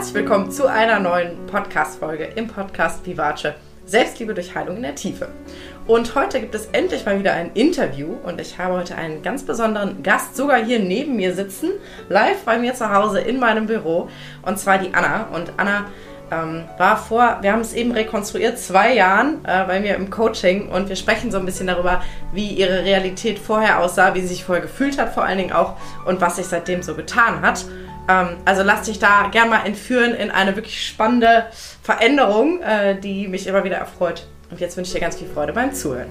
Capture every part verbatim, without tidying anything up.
herzlich willkommen zu einer neuen Podcast-Folge im Podcast Vivace. Selbstliebe durch Heilung in der Tiefe. Und heute gibt es endlich mal wieder ein Interview und ich habe heute einen ganz besonderen Gast sogar hier neben mir sitzen, live bei mir zu Hause in meinem Büro, und zwar die Anna. Und Anna ähm, war vor, wir haben es eben rekonstruiert, zwei Jahren äh, bei mir im Coaching und wir sprechen so ein bisschen darüber, wie ihre Realität vorher aussah, wie sie sich vorher gefühlt hat vor allen Dingen auch und was sich seitdem so getan hat. Also lass dich da gerne mal entführen in eine wirklich spannende Veränderung, die mich immer wieder erfreut. Und jetzt wünsche ich dir ganz viel Freude beim Zuhören.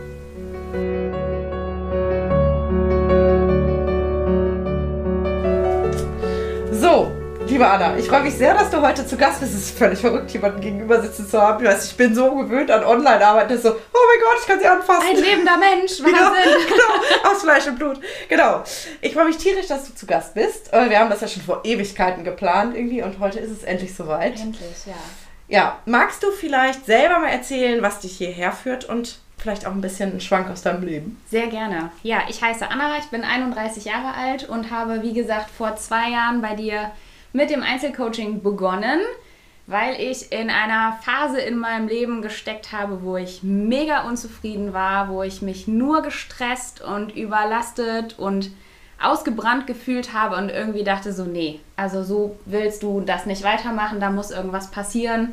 So, liebe Anna, ich freue mich sehr, dass du heute zu Gast bist. Es ist völlig verrückt, jemanden gegenüber sitzen zu haben. Ich weiß, ich bin so gewöhnt an Online-Arbeit, dass so, oh mein Gott, ich kann sie anfassen. Ein lebender Mensch, Wahnsinn. Genau, genau, aus Fleisch und Blut. Genau. Ich freue mich tierisch, dass du zu Gast bist. Wir haben das ja schon vor Ewigkeiten geplant irgendwie und heute ist es endlich soweit. Endlich, ja. Ja, magst du vielleicht selber mal erzählen, was dich hierher führt und vielleicht auch ein bisschen einen Schwank aus deinem Leben? Sehr gerne. Ja, ich heiße Anna, ich bin einunddreißig Jahre alt und habe, wie gesagt, vor zwei Jahren bei dir mit dem Einzelcoaching begonnen, weil ich in einer Phase in meinem Leben gesteckt habe, wo ich mega unzufrieden war, wo ich mich nur gestresst und überlastet und ausgebrannt gefühlt habe und irgendwie dachte so, nee, also so willst du das nicht weitermachen, da muss irgendwas passieren.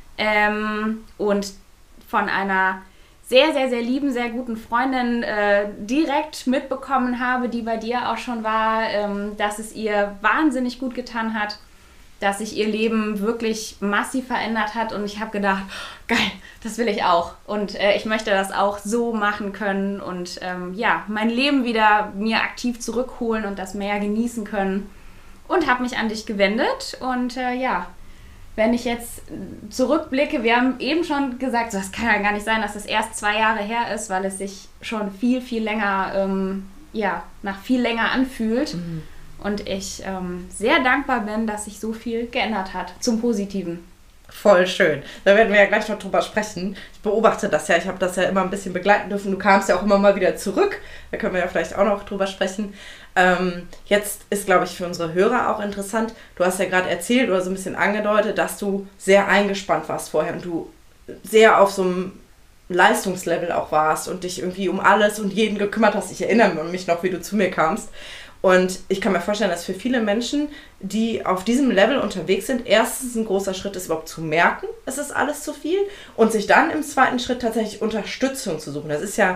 Ähm, und von einer sehr, sehr, sehr lieben, sehr guten Freundin äh, direkt mitbekommen habe, die bei dir auch schon war, ähm, dass es ihr wahnsinnig gut getan hat, dass sich ihr Leben wirklich massiv verändert hat und ich habe gedacht, geil, das will ich auch und äh, ich möchte das auch so machen können und ähm, ja, mein Leben wieder mir aktiv zurückholen und das mehr genießen können und habe mich an dich gewendet und äh, ja, wenn ich jetzt zurückblicke, wir haben eben schon gesagt, so, das kann ja gar nicht sein, dass das erst zwei Jahre her ist, weil es sich schon viel, viel länger, ähm, ja, nach viel länger anfühlt. Mhm. Und ich ähm, sehr dankbar bin, dass sich so viel geändert hat, zum Positiven. Voll schön. Da werden wir ja gleich noch drüber sprechen. Ich beobachte das ja, ich habe das ja immer ein bisschen begleiten dürfen. Du kamst ja auch immer mal wieder zurück. Da können wir ja vielleicht auch noch drüber sprechen. Ähm, jetzt ist, glaube ich, für unsere Hörer auch interessant. Du hast ja gerade erzählt oder so ein bisschen angedeutet, dass du sehr eingespannt warst vorher und du sehr auf so einem Leistungslevel auch warst und dich irgendwie um alles und jeden gekümmert hast. Ich erinnere mich noch, wie du zu mir kamst. Und ich kann mir vorstellen, dass für viele Menschen, die auf diesem Level unterwegs sind, erstens ein großer Schritt ist, überhaupt zu merken, es ist alles zu viel und sich dann im zweiten Schritt tatsächlich Unterstützung zu suchen. Das ist ja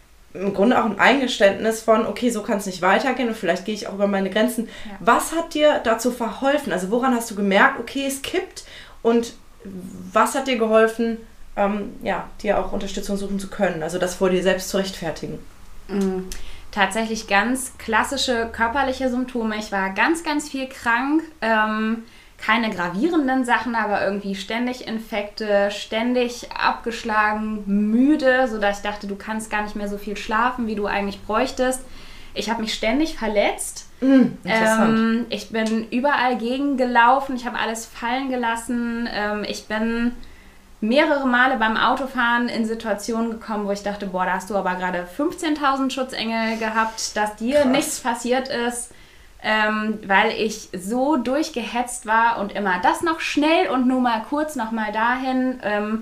im Grunde auch ein Eingeständnis von, okay, so kann es nicht weitergehen und vielleicht gehe ich auch über meine Grenzen. Ja. Was hat dir dazu verholfen? Also woran hast du gemerkt, okay, es kippt und was hat dir geholfen, ähm, ja, dir auch Unterstützung suchen zu können, also das vor dir selbst zu rechtfertigen? Mhm. Tatsächlich ganz klassische körperliche Symptome. Ich war ganz, ganz viel krank. Ähm, keine gravierenden Sachen, aber irgendwie ständig Infekte, ständig abgeschlagen, müde, sodass ich dachte, du kannst gar nicht mehr so viel schlafen, wie du eigentlich bräuchtest. Ich habe mich ständig verletzt. Mm, interessant. Ähm, ich bin überall gegengelaufen. Ich habe alles fallen gelassen. Ähm, ich bin mehrere Male beim Autofahren in Situationen gekommen, wo ich dachte, boah, da hast du aber gerade fünfzehntausend Schutzengel gehabt, dass dir Krass. Nichts passiert ist, ähm, weil ich so durchgehetzt war und immer das noch schnell und nur mal kurz noch mal dahin ähm,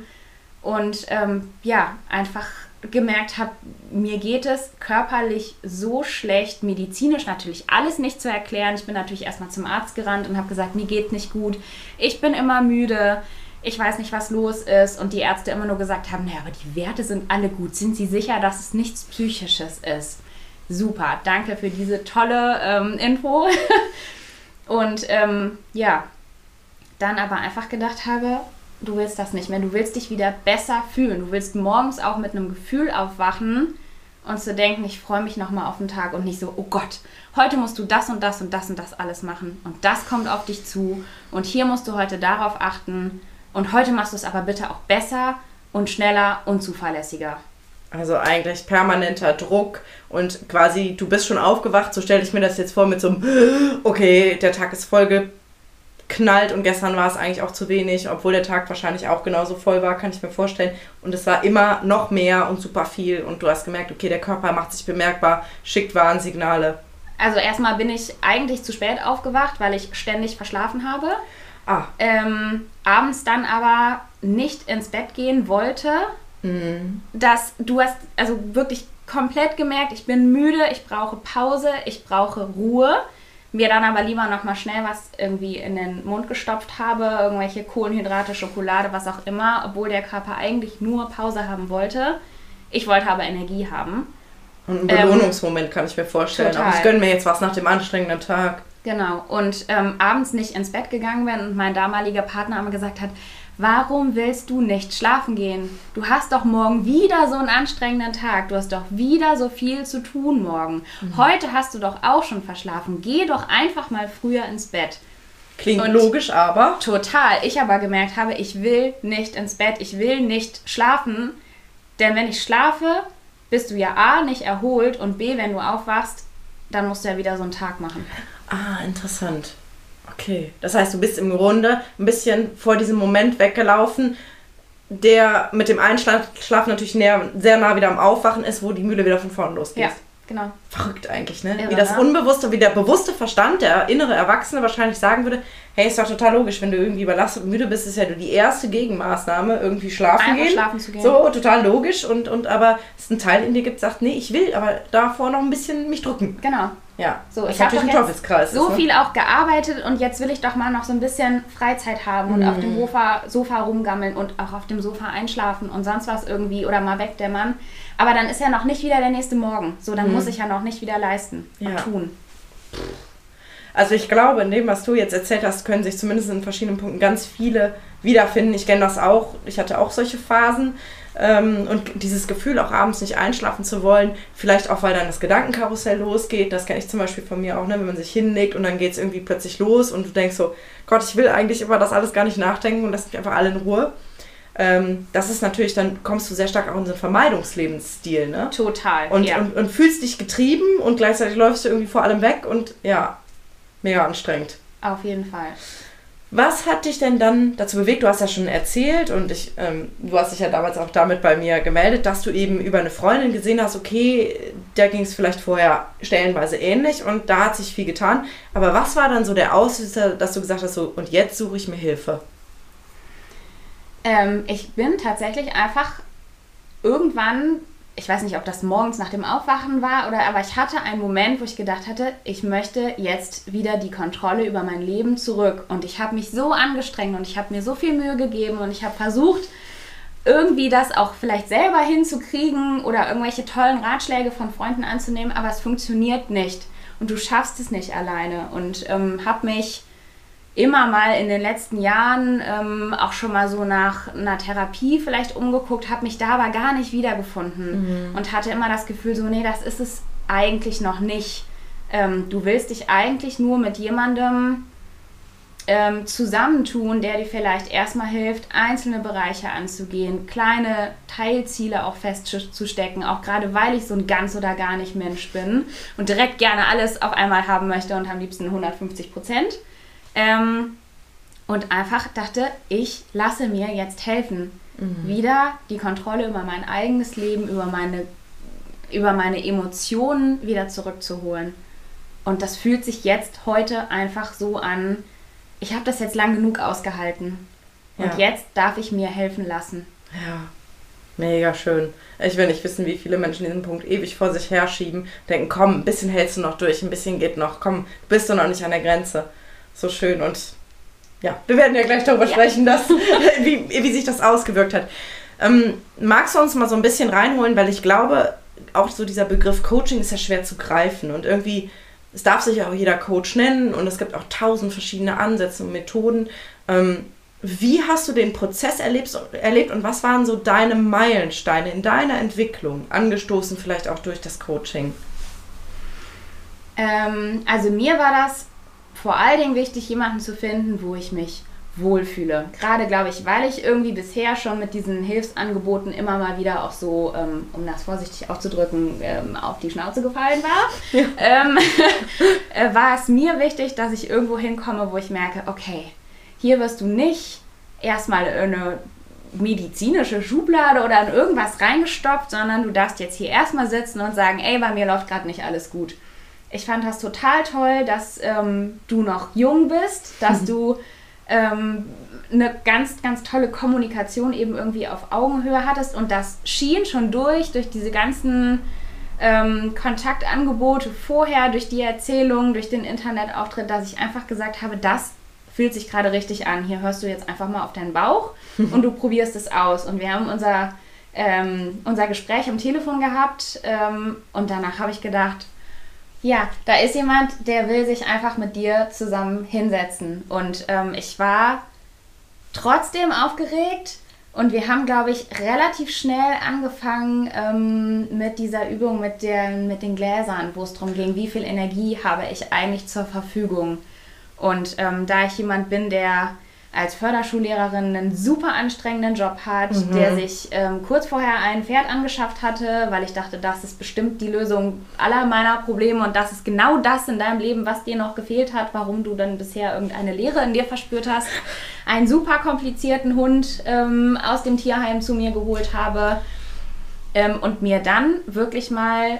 und ähm, ja, einfach gemerkt habe, mir geht es körperlich so schlecht, medizinisch natürlich alles nicht zu erklären. Ich bin natürlich erstmal zum Arzt gerannt und habe gesagt, mir geht nicht gut, ich bin immer müde, ich weiß nicht, was los ist und die Ärzte immer nur gesagt haben, naja, aber die Werte sind alle gut. Sind Sie sicher, dass es nichts Psychisches ist? Super, danke für diese tolle ähm, Info. und ähm, ja, dann aber einfach gedacht habe, du willst das nicht mehr. Du willst dich wieder besser fühlen. Du willst morgens auch mit einem Gefühl aufwachen und zu denken, ich freue mich nochmal auf den Tag und nicht so, oh Gott, heute musst du das und das und das und das alles machen und das kommt auf dich zu und hier musst du heute darauf achten. Und heute machst du es aber bitte auch besser und schneller und zuverlässiger. Also eigentlich permanenter Druck und quasi, du bist schon aufgewacht, so stelle ich mir das jetzt vor mit so einem, okay, der Tag ist voll geknallt und gestern war es eigentlich auch zu wenig, obwohl der Tag wahrscheinlich auch genauso voll war, kann ich mir vorstellen. Und es war immer noch mehr und super viel und du hast gemerkt, okay, der Körper macht sich bemerkbar, schickt Warnsignale. Also erstmal bin ich eigentlich zu spät aufgewacht, weil ich ständig verschlafen habe. Ah. Ähm, abends dann aber nicht ins Bett gehen wollte, mhm. dass du hast also wirklich komplett gemerkt, ich bin müde, ich brauche Pause, ich brauche Ruhe. Mir dann aber lieber nochmal schnell was irgendwie in den Mund gestopft habe, irgendwelche Kohlenhydrate, Schokolade, was auch immer, obwohl der Körper eigentlich nur Pause haben wollte. Ich wollte aber Energie haben. Und ein Belohnungsmoment ähm, kann ich mir vorstellen. Total. Aber ich gönne mir jetzt was nach dem anstrengenden Tag. Genau. Und ähm, abends nicht ins Bett gegangen bin und mein damaliger Partner immer gesagt hat, warum willst du nicht schlafen gehen? Du hast doch morgen wieder so einen anstrengenden Tag. Du hast doch wieder so viel zu tun morgen. Mhm. Heute hast du doch auch schon verschlafen. Geh doch einfach mal früher ins Bett. Klingt und logisch, aber... Total. Ich aber gemerkt habe, ich will nicht ins Bett. Ich will nicht schlafen. Denn wenn ich schlafe, bist du ja A, nicht erholt und B, wenn du aufwachst, dann musst du ja wieder so einen Tag machen. Ah, interessant. Okay, das heißt, du bist im Grunde ein bisschen vor diesem Moment weggelaufen, der mit dem Einschlafen natürlich näher, sehr nah wieder am Aufwachen ist, wo die Mühle wieder von vorne losgeht. Ja, genau. Verrückt eigentlich, ne? Irre, wie das ne? Unbewusste, wie der bewusste Verstand, der innere Erwachsene wahrscheinlich sagen würde, hey, ist doch total logisch, wenn du irgendwie überlastet und müde bist, ist ja die erste Gegenmaßnahme, irgendwie schlafen Einfach gehen. schlafen zu gehen. So, total logisch. Und, und aber es ein Teil in dir gibt, sagt, nee, ich will aber davor noch ein bisschen mich drücken. Genau. Ja, so, ich habe ein Teufelskreis so ist, ne? viel auch gearbeitet und jetzt will ich doch mal noch so ein bisschen Freizeit haben und mm. auf dem Sofa, Sofa rumgammeln und auch auf dem Sofa einschlafen und sonst was irgendwie oder mal weg der Mann. Aber dann ist ja noch nicht wieder der nächste Morgen. So, dann mm. muss ich ja noch nicht wieder leisten und ja. tun. Also ich glaube, in dem, was du jetzt erzählt hast, können sich zumindest in verschiedenen Punkten ganz viele wiederfinden. Ich kenne das auch. Ich hatte auch solche Phasen. Ähm, und dieses Gefühl, auch abends nicht einschlafen zu wollen, vielleicht auch, weil dann das Gedankenkarussell losgeht, das kenne ich zum Beispiel von mir auch, ne? Wenn man sich hinlegt und dann geht es irgendwie plötzlich los und du denkst so, Gott, ich will eigentlich über das alles gar nicht nachdenken und lass mich einfach alle in Ruhe. Ähm, das ist natürlich, dann kommst du sehr stark auch in so einen Vermeidungslebensstil, ne? Total, und, ja. und, und fühlst dich getrieben und gleichzeitig läufst du irgendwie vor allem weg und ja, mega anstrengend. Auf jeden Fall. Was hat dich denn dann dazu bewegt? Du hast ja schon erzählt und ich, ähm, du hast dich ja damals auch damit bei mir gemeldet, dass du eben über eine Freundin gesehen hast, okay, der ging es vielleicht vorher stellenweise ähnlich und da hat sich viel getan. Aber was war dann so der Auslöser, dass du gesagt hast, so, und jetzt suche ich mir Hilfe? Ähm, ich bin tatsächlich einfach irgendwann, ich weiß nicht, ob das morgens nach dem Aufwachen war, oder, aber ich hatte einen Moment, wo ich gedacht hatte, ich möchte jetzt wieder die Kontrolle über mein Leben zurück. Und ich habe mich so angestrengt und ich habe mir so viel Mühe gegeben und ich habe versucht, irgendwie das auch vielleicht selber hinzukriegen oder irgendwelche tollen Ratschläge von Freunden anzunehmen, aber es funktioniert nicht. Und du schaffst es nicht alleine. Und ähm, habe mich immer mal in den letzten Jahren ähm, auch schon mal so nach einer Therapie vielleicht umgeguckt, habe mich da aber gar nicht wiedergefunden mhm. und hatte immer das Gefühl so, nee, das ist es eigentlich noch nicht. Ähm, du willst dich eigentlich nur mit jemandem ähm, zusammentun, der dir vielleicht erstmal hilft, einzelne Bereiche anzugehen, kleine Teilziele auch festzustecken, auch gerade weil ich so ein ganz oder gar nicht Mensch bin und direkt gerne alles auf einmal haben möchte und am liebsten hundertfünfzig Prozent. Ähm, und einfach dachte, ich lasse mir jetzt helfen, mhm. wieder die Kontrolle über mein eigenes Leben, über meine, über meine Emotionen wieder zurückzuholen. Und das fühlt sich jetzt heute einfach so an, ich habe das jetzt lang genug ausgehalten. Und ja. jetzt darf ich mir helfen lassen. Ja, mega schön. Ich will nicht wissen, wie viele Menschen diesen Punkt ewig vor sich herschieben, denken, komm, ein bisschen hältst du noch durch, ein bisschen geht noch, komm, bist du noch nicht an der Grenze. So schön und ja, wir werden ja gleich darüber ja. sprechen, dass, wie, wie sich das ausgewirkt hat. Ähm, magst du uns mal so ein bisschen reinholen, weil ich glaube, auch so dieser Begriff Coaching ist ja schwer zu greifen und irgendwie, es darf sich ja auch jeder Coach nennen und es gibt auch tausend verschiedene Ansätze und Methoden. Ähm, wie hast du den Prozess erlebt, erlebt und was waren so deine Meilensteine in deiner Entwicklung, angestoßen vielleicht auch durch das Coaching? Ähm, also mir war das vor allen Dingen wichtig, jemanden zu finden, wo ich mich wohlfühle. Gerade, glaube ich, weil ich irgendwie bisher schon mit diesen Hilfsangeboten immer mal wieder auch so, ähm, um das vorsichtig auszudrücken, ähm, auf die Schnauze gefallen war, ja. ähm, äh, war es mir wichtig, dass ich irgendwo hinkomme, wo ich merke, okay, hier wirst du nicht erstmal eine medizinische Schublade oder in irgendwas reingestopft, sondern du darfst jetzt hier erstmal sitzen und sagen, ey, bei mir läuft gerade nicht alles gut. Ich fand das total toll, dass ähm, du noch jung bist, dass mhm. du ähm, eine ganz, ganz tolle Kommunikation eben irgendwie auf Augenhöhe hattest und das schien schon durch, durch diese ganzen ähm, Kontaktangebote vorher, durch die Erzählung, durch den Internetauftritt, dass ich einfach gesagt habe, das fühlt sich gerade richtig an. Hier hörst du jetzt einfach mal auf deinen Bauch und du probierst es aus. Und wir haben unser, ähm, unser Gespräch am Telefon gehabt ähm, und danach habe ich gedacht, ja, da ist jemand, der will sich einfach mit dir zusammen hinsetzen. Und ähm, ich war trotzdem aufgeregt und wir haben, glaube ich, relativ schnell angefangen ähm, mit dieser Übung mit, der, mit den Gläsern, wo es darum ging, wie viel Energie habe ich eigentlich zur Verfügung. Und ähm, da ich jemand bin, der als Förderschullehrerin einen super anstrengenden Job hat, mhm. der sich ähm, kurz vorher ein Pferd angeschafft hatte, weil ich dachte, das ist bestimmt die Lösung aller meiner Probleme und das ist genau das in deinem Leben, was dir noch gefehlt hat, warum du dann bisher irgendeine Leere in dir verspürt hast, einen super komplizierten Hund ähm, aus dem Tierheim zu mir geholt habe ähm, und mir dann wirklich mal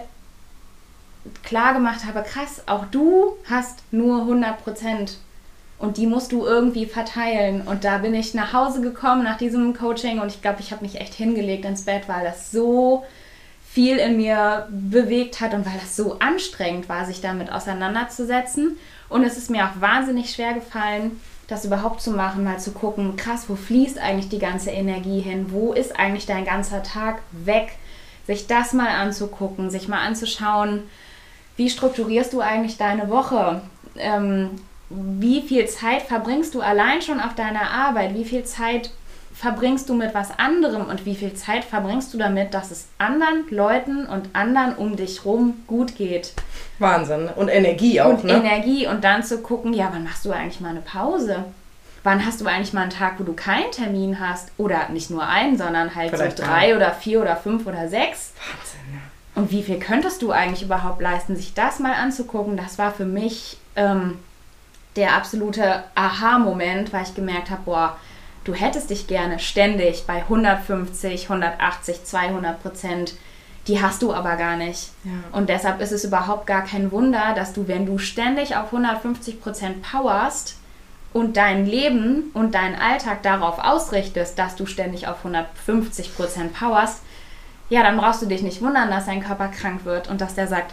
klar gemacht habe, krass, auch du hast nur hundert Prozent und die musst du irgendwie verteilen. Und da bin ich nach Hause gekommen nach diesem Coaching und ich glaube, ich habe mich echt hingelegt ins Bett, weil das so viel in mir bewegt hat und weil das so anstrengend war, sich damit auseinanderzusetzen. Und es ist mir auch wahnsinnig schwer gefallen, das überhaupt zu machen, mal zu gucken, krass, wo fließt eigentlich die ganze Energie hin? Wo ist eigentlich dein ganzer Tag weg? Sich das mal anzugucken, sich mal anzuschauen, wie strukturierst du eigentlich deine Woche? Ähm, wie viel Zeit verbringst du allein schon auf deiner Arbeit? Wie viel Zeit verbringst du mit was anderem? Und wie viel Zeit verbringst du damit, dass es anderen Leuten und anderen um dich rum gut geht? Wahnsinn. Und Energie auch, und ne? Energie. Und dann zu gucken, ja, wann machst du eigentlich mal eine Pause? Wann hast du eigentlich mal einen Tag, wo du keinen Termin hast? Oder nicht nur einen, sondern halt Vielleicht so drei auch. oder vier oder fünf oder sechs. Wahnsinn, ja. Und wie viel könntest du eigentlich überhaupt leisten, sich das mal anzugucken? Das war für mich ähm, der absolute Aha-Moment, weil ich gemerkt habe, boah, du hättest dich gerne ständig bei hundertfünfzig, hundertachtzig, zweihundert Prozent, die hast du aber gar nicht. Ja. Und deshalb ist es überhaupt gar kein Wunder, dass du, wenn du ständig auf hundertfünfzig Prozent powerst und dein Leben und deinen Alltag darauf ausrichtest, dass du ständig auf hundertfünfzig Prozent powerst, ja, dann brauchst du dich nicht wundern, dass dein Körper krank wird und dass der sagt,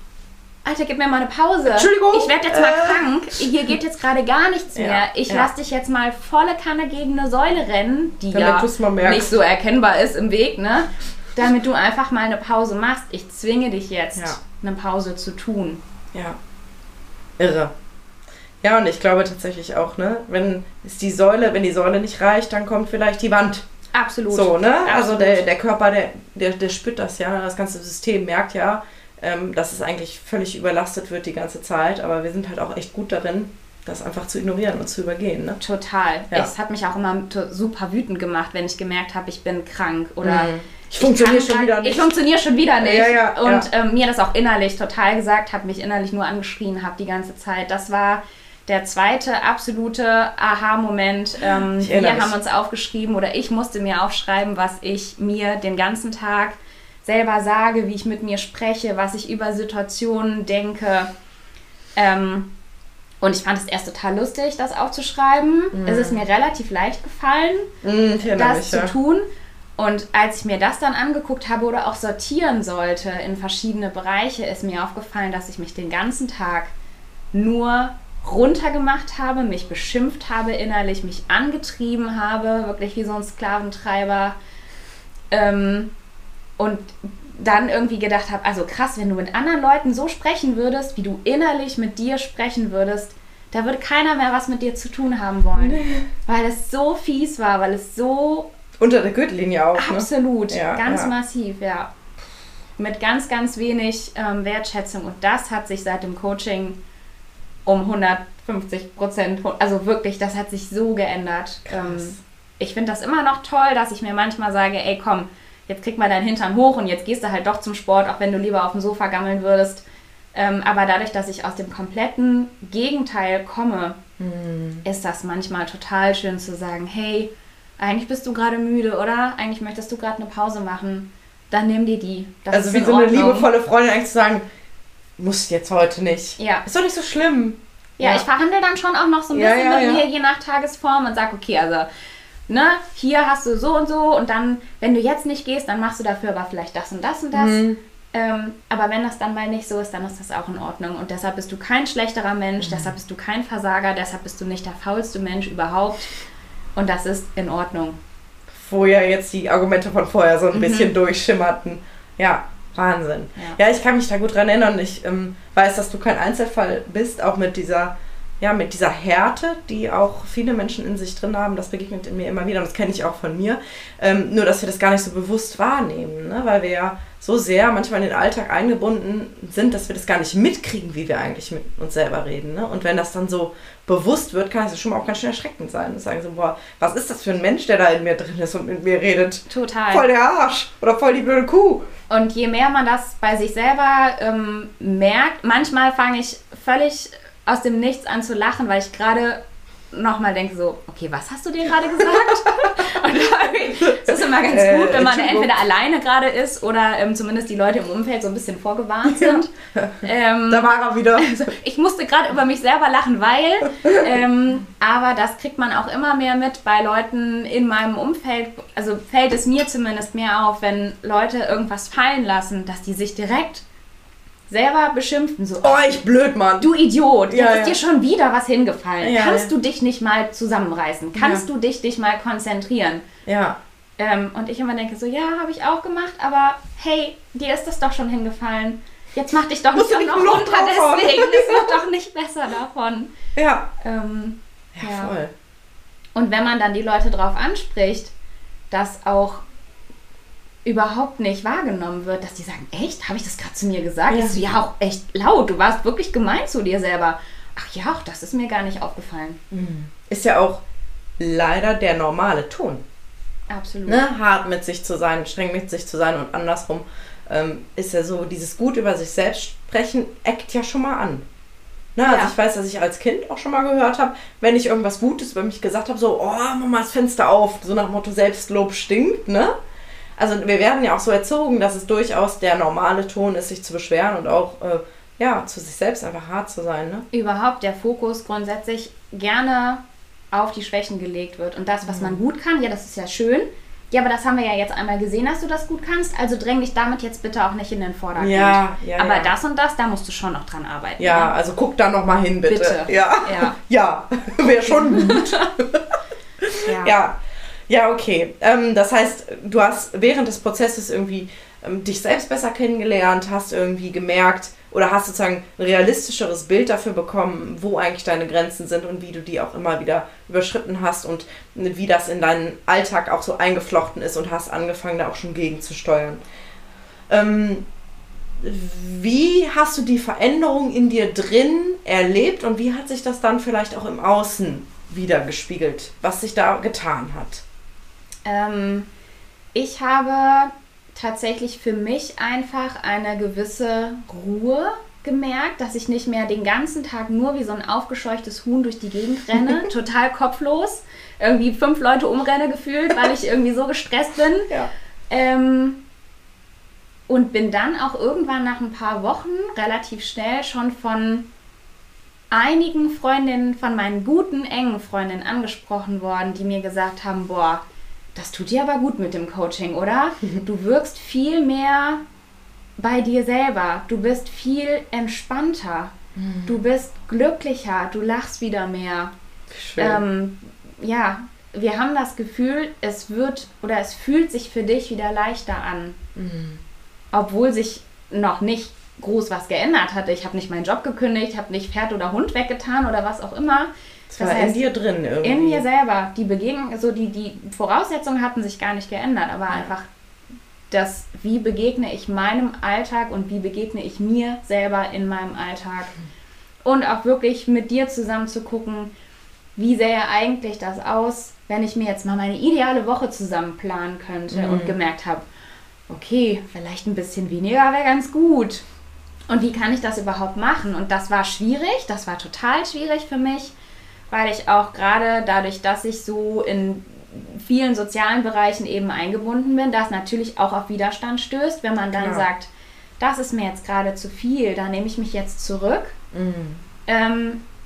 Alter, gib mir mal eine Pause. Entschuldigung. Ich werde jetzt mal äh. krank. Hier geht jetzt gerade gar nichts ja, mehr. Ich ja. lasse dich jetzt mal volle Kanne gegen eine Säule rennen, die damit ja nicht so erkennbar ist im Weg, ne? Damit du einfach mal eine Pause machst. Ich zwinge dich jetzt, ja. eine Pause zu tun. Ja. Irre. Ja, und ich glaube tatsächlich auch, ne, wenn es die Säule, wenn die Säule nicht reicht, dann kommt vielleicht die Wand. Absolut. So, ne? Absolut. Also der, der Körper, der, der, der spürt das ja, das ganze System merkt ja, ähm, dass es eigentlich völlig überlastet wird die ganze Zeit, aber wir sind halt auch echt gut darin, das einfach zu ignorieren und zu übergehen. Ne? Total. Ja. Es hat mich auch immer super wütend gemacht, wenn ich gemerkt habe, ich bin krank oder mhm. ich funktioniere schon wieder nicht. Ich funktioniere schon wieder nicht. Ja, ja, und ja. Ähm, mir das auch innerlich total gesagt habe, mich innerlich nur angeschrien habe die ganze Zeit. Das war der zweite absolute Aha-Moment. Ähm, wir mich. haben uns aufgeschrieben oder ich musste mir aufschreiben, was ich mir den ganzen Tag selber sage, wie ich mit mir spreche, was ich über Situationen denke. Ähm, und ich fand es erst total lustig, das aufzuschreiben. Mm. Es ist mir relativ leicht gefallen, mm, das mich, zu ja. tun. Und als ich mir das dann angeguckt habe oder auch sortieren sollte in verschiedene Bereiche, ist mir aufgefallen, dass ich mich den ganzen Tag nur runtergemacht habe, mich beschimpft habe innerlich, mich angetrieben habe, wirklich wie so ein Sklaventreiber. Ähm, und dann irgendwie gedacht habe, also krass, wenn du mit anderen Leuten so sprechen würdest, wie du innerlich mit dir sprechen würdest, da würde keiner mehr was mit dir zu tun haben wollen. Nee. Weil es so fies war, weil es so... Unter der Gürtellinie auch, absolut, ne? Ja, ganz ja. massiv, ja. Mit ganz, ganz wenig ähm, Wertschätzung. Und das hat sich seit dem Coaching um hundertfünfzig Prozent, also wirklich, das hat sich so geändert. Ähm, ich finde das immer noch toll, dass ich mir manchmal sage, ey komm, jetzt krieg mal deinen Hintern hoch und jetzt gehst du halt doch zum Sport, auch wenn du lieber auf dem Sofa gammeln würdest. Ähm, aber dadurch, dass ich aus dem kompletten Gegenteil komme, mm. ist das manchmal total schön zu sagen, hey, eigentlich bist du gerade müde, oder? Eigentlich möchtest du gerade eine Pause machen. Dann nimm dir die. Das also ist wie in so eine Ordnung. liebevolle Freundin eigentlich zu sagen, muss jetzt heute nicht. Ja. Ist doch nicht so schlimm. Ja, ja, ich verhandle dann schon auch noch so ein bisschen ja, ja, mit mir, ja. je nach Tagesform und sage, okay, also, ne, hier hast du so und so und dann, wenn du jetzt nicht gehst, dann machst du dafür aber vielleicht das und das und das. Mhm. Ähm, aber wenn das dann mal nicht so ist, dann ist das auch in Ordnung. Und deshalb bist du kein schlechterer Mensch, mhm. deshalb bist du kein Versager, deshalb bist du nicht der faulste Mensch überhaupt. Und das ist in Ordnung. Wo ja jetzt die Argumente von vorher so ein mhm. bisschen durchschimmerten. Ja, Wahnsinn. Ja. ja, ich kann mich da gut dran erinnern. Ich ähm, weiß, dass du kein Einzelfall bist, auch mit dieser, ja, mit dieser Härte, die auch viele Menschen in sich drin haben. Das begegnet in mir immer wieder und das kenne ich auch von mir. Ähm, nur, dass wir das gar nicht so bewusst wahrnehmen, ne? Weil wir ja so sehr manchmal in den Alltag eingebunden sind, dass wir das gar nicht mitkriegen, wie wir eigentlich mit uns selber reden. Ne? Und wenn das dann so bewusst wird, kann es schon mal auch ganz schön erschreckend sein. Und sagen so, boah, was ist das für ein Mensch, der da in mir drin ist und mit mir redet? Total. Voll der Arsch oder voll die blöde Kuh. Und je mehr man das bei sich selber ähm, merkt, manchmal fange ich völlig aus dem Nichts an zu lachen, weil ich gerade nochmal denke so, okay, was hast du dir gerade gesagt? Und das ist immer ganz äh, gut, wenn man entweder alleine gerade ist oder ähm, zumindest die Leute im Umfeld so ein bisschen vorgewarnt sind. Ja. Ähm, da war er wieder. Also, ich musste gerade über mich selber lachen, weil, ähm, aber das kriegt man auch immer mehr mit bei Leuten in meinem Umfeld. Also fällt es mir zumindest mehr auf, wenn Leute irgendwas fallen lassen, dass die sich direkt selber beschimpfen, so, oh, ich blöd, Mann. Du Idiot, ja, jetzt ist ja. dir schon wieder was hingefallen. Ja, Kannst ja. du dich nicht mal zusammenreißen? Kannst ja. du dich, dich mal konzentrieren? Ja. Ähm, und ich immer denke so, ja, habe ich auch gemacht, aber hey, dir ist das doch schon hingefallen. Jetzt mach dich doch nicht auch noch runter deswegen. Das wird doch nicht besser davon. Ja. Ähm, ja, ja, voll. Und wenn man dann die Leute drauf anspricht, dass auch überhaupt nicht wahrgenommen wird, dass die sagen, echt? Habe ich das gerade zu mir gesagt? Ja. Das ist ja auch echt laut. Du warst wirklich gemein zu dir selber. Ach ja, auch das ist mir gar nicht aufgefallen. Ist ja auch leider der normale Ton. Absolut. Ne? Hart mit sich zu sein, streng mit sich zu sein und andersrum ähm, ist ja so, dieses gut über sich selbst sprechen, eckt ja schon mal an. Ne? Also ja. ich weiß, dass ich als Kind auch schon mal gehört habe, wenn ich irgendwas Gutes über mich gesagt habe, so, oh, Mama, das Fenster auf, so nach dem Motto, Selbstlob stinkt, ne? Also wir werden ja auch so erzogen, dass es durchaus der normale Ton ist, sich zu beschweren und auch äh, ja, zu sich selbst einfach hart zu sein. Ne? Überhaupt der Fokus grundsätzlich gerne auf die Schwächen gelegt wird. Und das, was mhm. man gut kann, ja, das ist ja schön. Ja, aber das haben wir ja jetzt einmal gesehen, dass du das gut kannst. Also dräng dich damit jetzt bitte auch nicht in den Vordergrund. Ja, ja, aber ja. das und das, da musst du schon noch dran arbeiten. Ja, ne? also guck da noch mal hin, bitte. Bitte. Ja, ja. ja. Wäre schon gut. ja. ja. Ja, okay. Ähm, das heißt, du hast während des Prozesses irgendwie ähm, dich selbst besser kennengelernt, hast irgendwie gemerkt oder hast sozusagen ein realistischeres Bild dafür bekommen, wo eigentlich deine Grenzen sind und wie du die auch immer wieder überschritten hast und wie das in deinen Alltag auch so eingeflochten ist und hast angefangen, da auch schon gegenzusteuern. Ähm, wie hast du die Veränderung in dir drin erlebt und wie hat sich das dann vielleicht auch im Außen wieder gespiegelt, was sich da getan hat? Ähm, ich habe tatsächlich für mich einfach eine gewisse Ruhe gemerkt, dass ich nicht mehr den ganzen Tag nur wie so ein aufgescheuchtes Huhn durch die Gegend renne, total kopflos, irgendwie fünf Leute umrenne gefühlt, weil ich irgendwie so gestresst bin. Ja. Ähm, und bin dann auch irgendwann nach ein paar Wochen relativ schnell schon von einigen Freundinnen, von meinen guten, engen Freundinnen angesprochen worden, die mir gesagt haben, boah, das tut dir aber gut mit dem Coaching, oder? Du wirkst viel mehr bei dir selber. Du bist viel entspannter. Mhm. Du bist glücklicher. Du lachst wieder mehr. Schön. Ähm, ja, wir haben das Gefühl, es wird oder es fühlt sich für dich wieder leichter an. Mhm. Obwohl sich noch nicht groß was geändert hatte. Ich habe nicht meinen Job gekündigt, habe nicht Pferd oder Hund weggetan oder was auch immer. Das war in dir drin irgendwie. In mir selber. Die Begegnung, also die, die Voraussetzungen hatten sich gar nicht geändert, aber ja. einfach das, wie begegne ich meinem Alltag und wie begegne ich mir selber in meinem Alltag. Und auch wirklich mit dir zusammen zu gucken, wie sähe eigentlich das aus, wenn ich mir jetzt mal meine ideale Woche zusammen planen könnte mhm. und gemerkt habe, okay, vielleicht ein bisschen weniger wäre ganz gut. Und wie kann ich das überhaupt machen? Und das war schwierig, das war total schwierig für mich, weil ich auch gerade dadurch, dass ich so in vielen sozialen Bereichen eben eingebunden bin, das natürlich auch auf Widerstand stößt, wenn man dann ja. sagt, das ist mir jetzt gerade zu viel, da nehme ich mich jetzt zurück. Mhm. Ähm,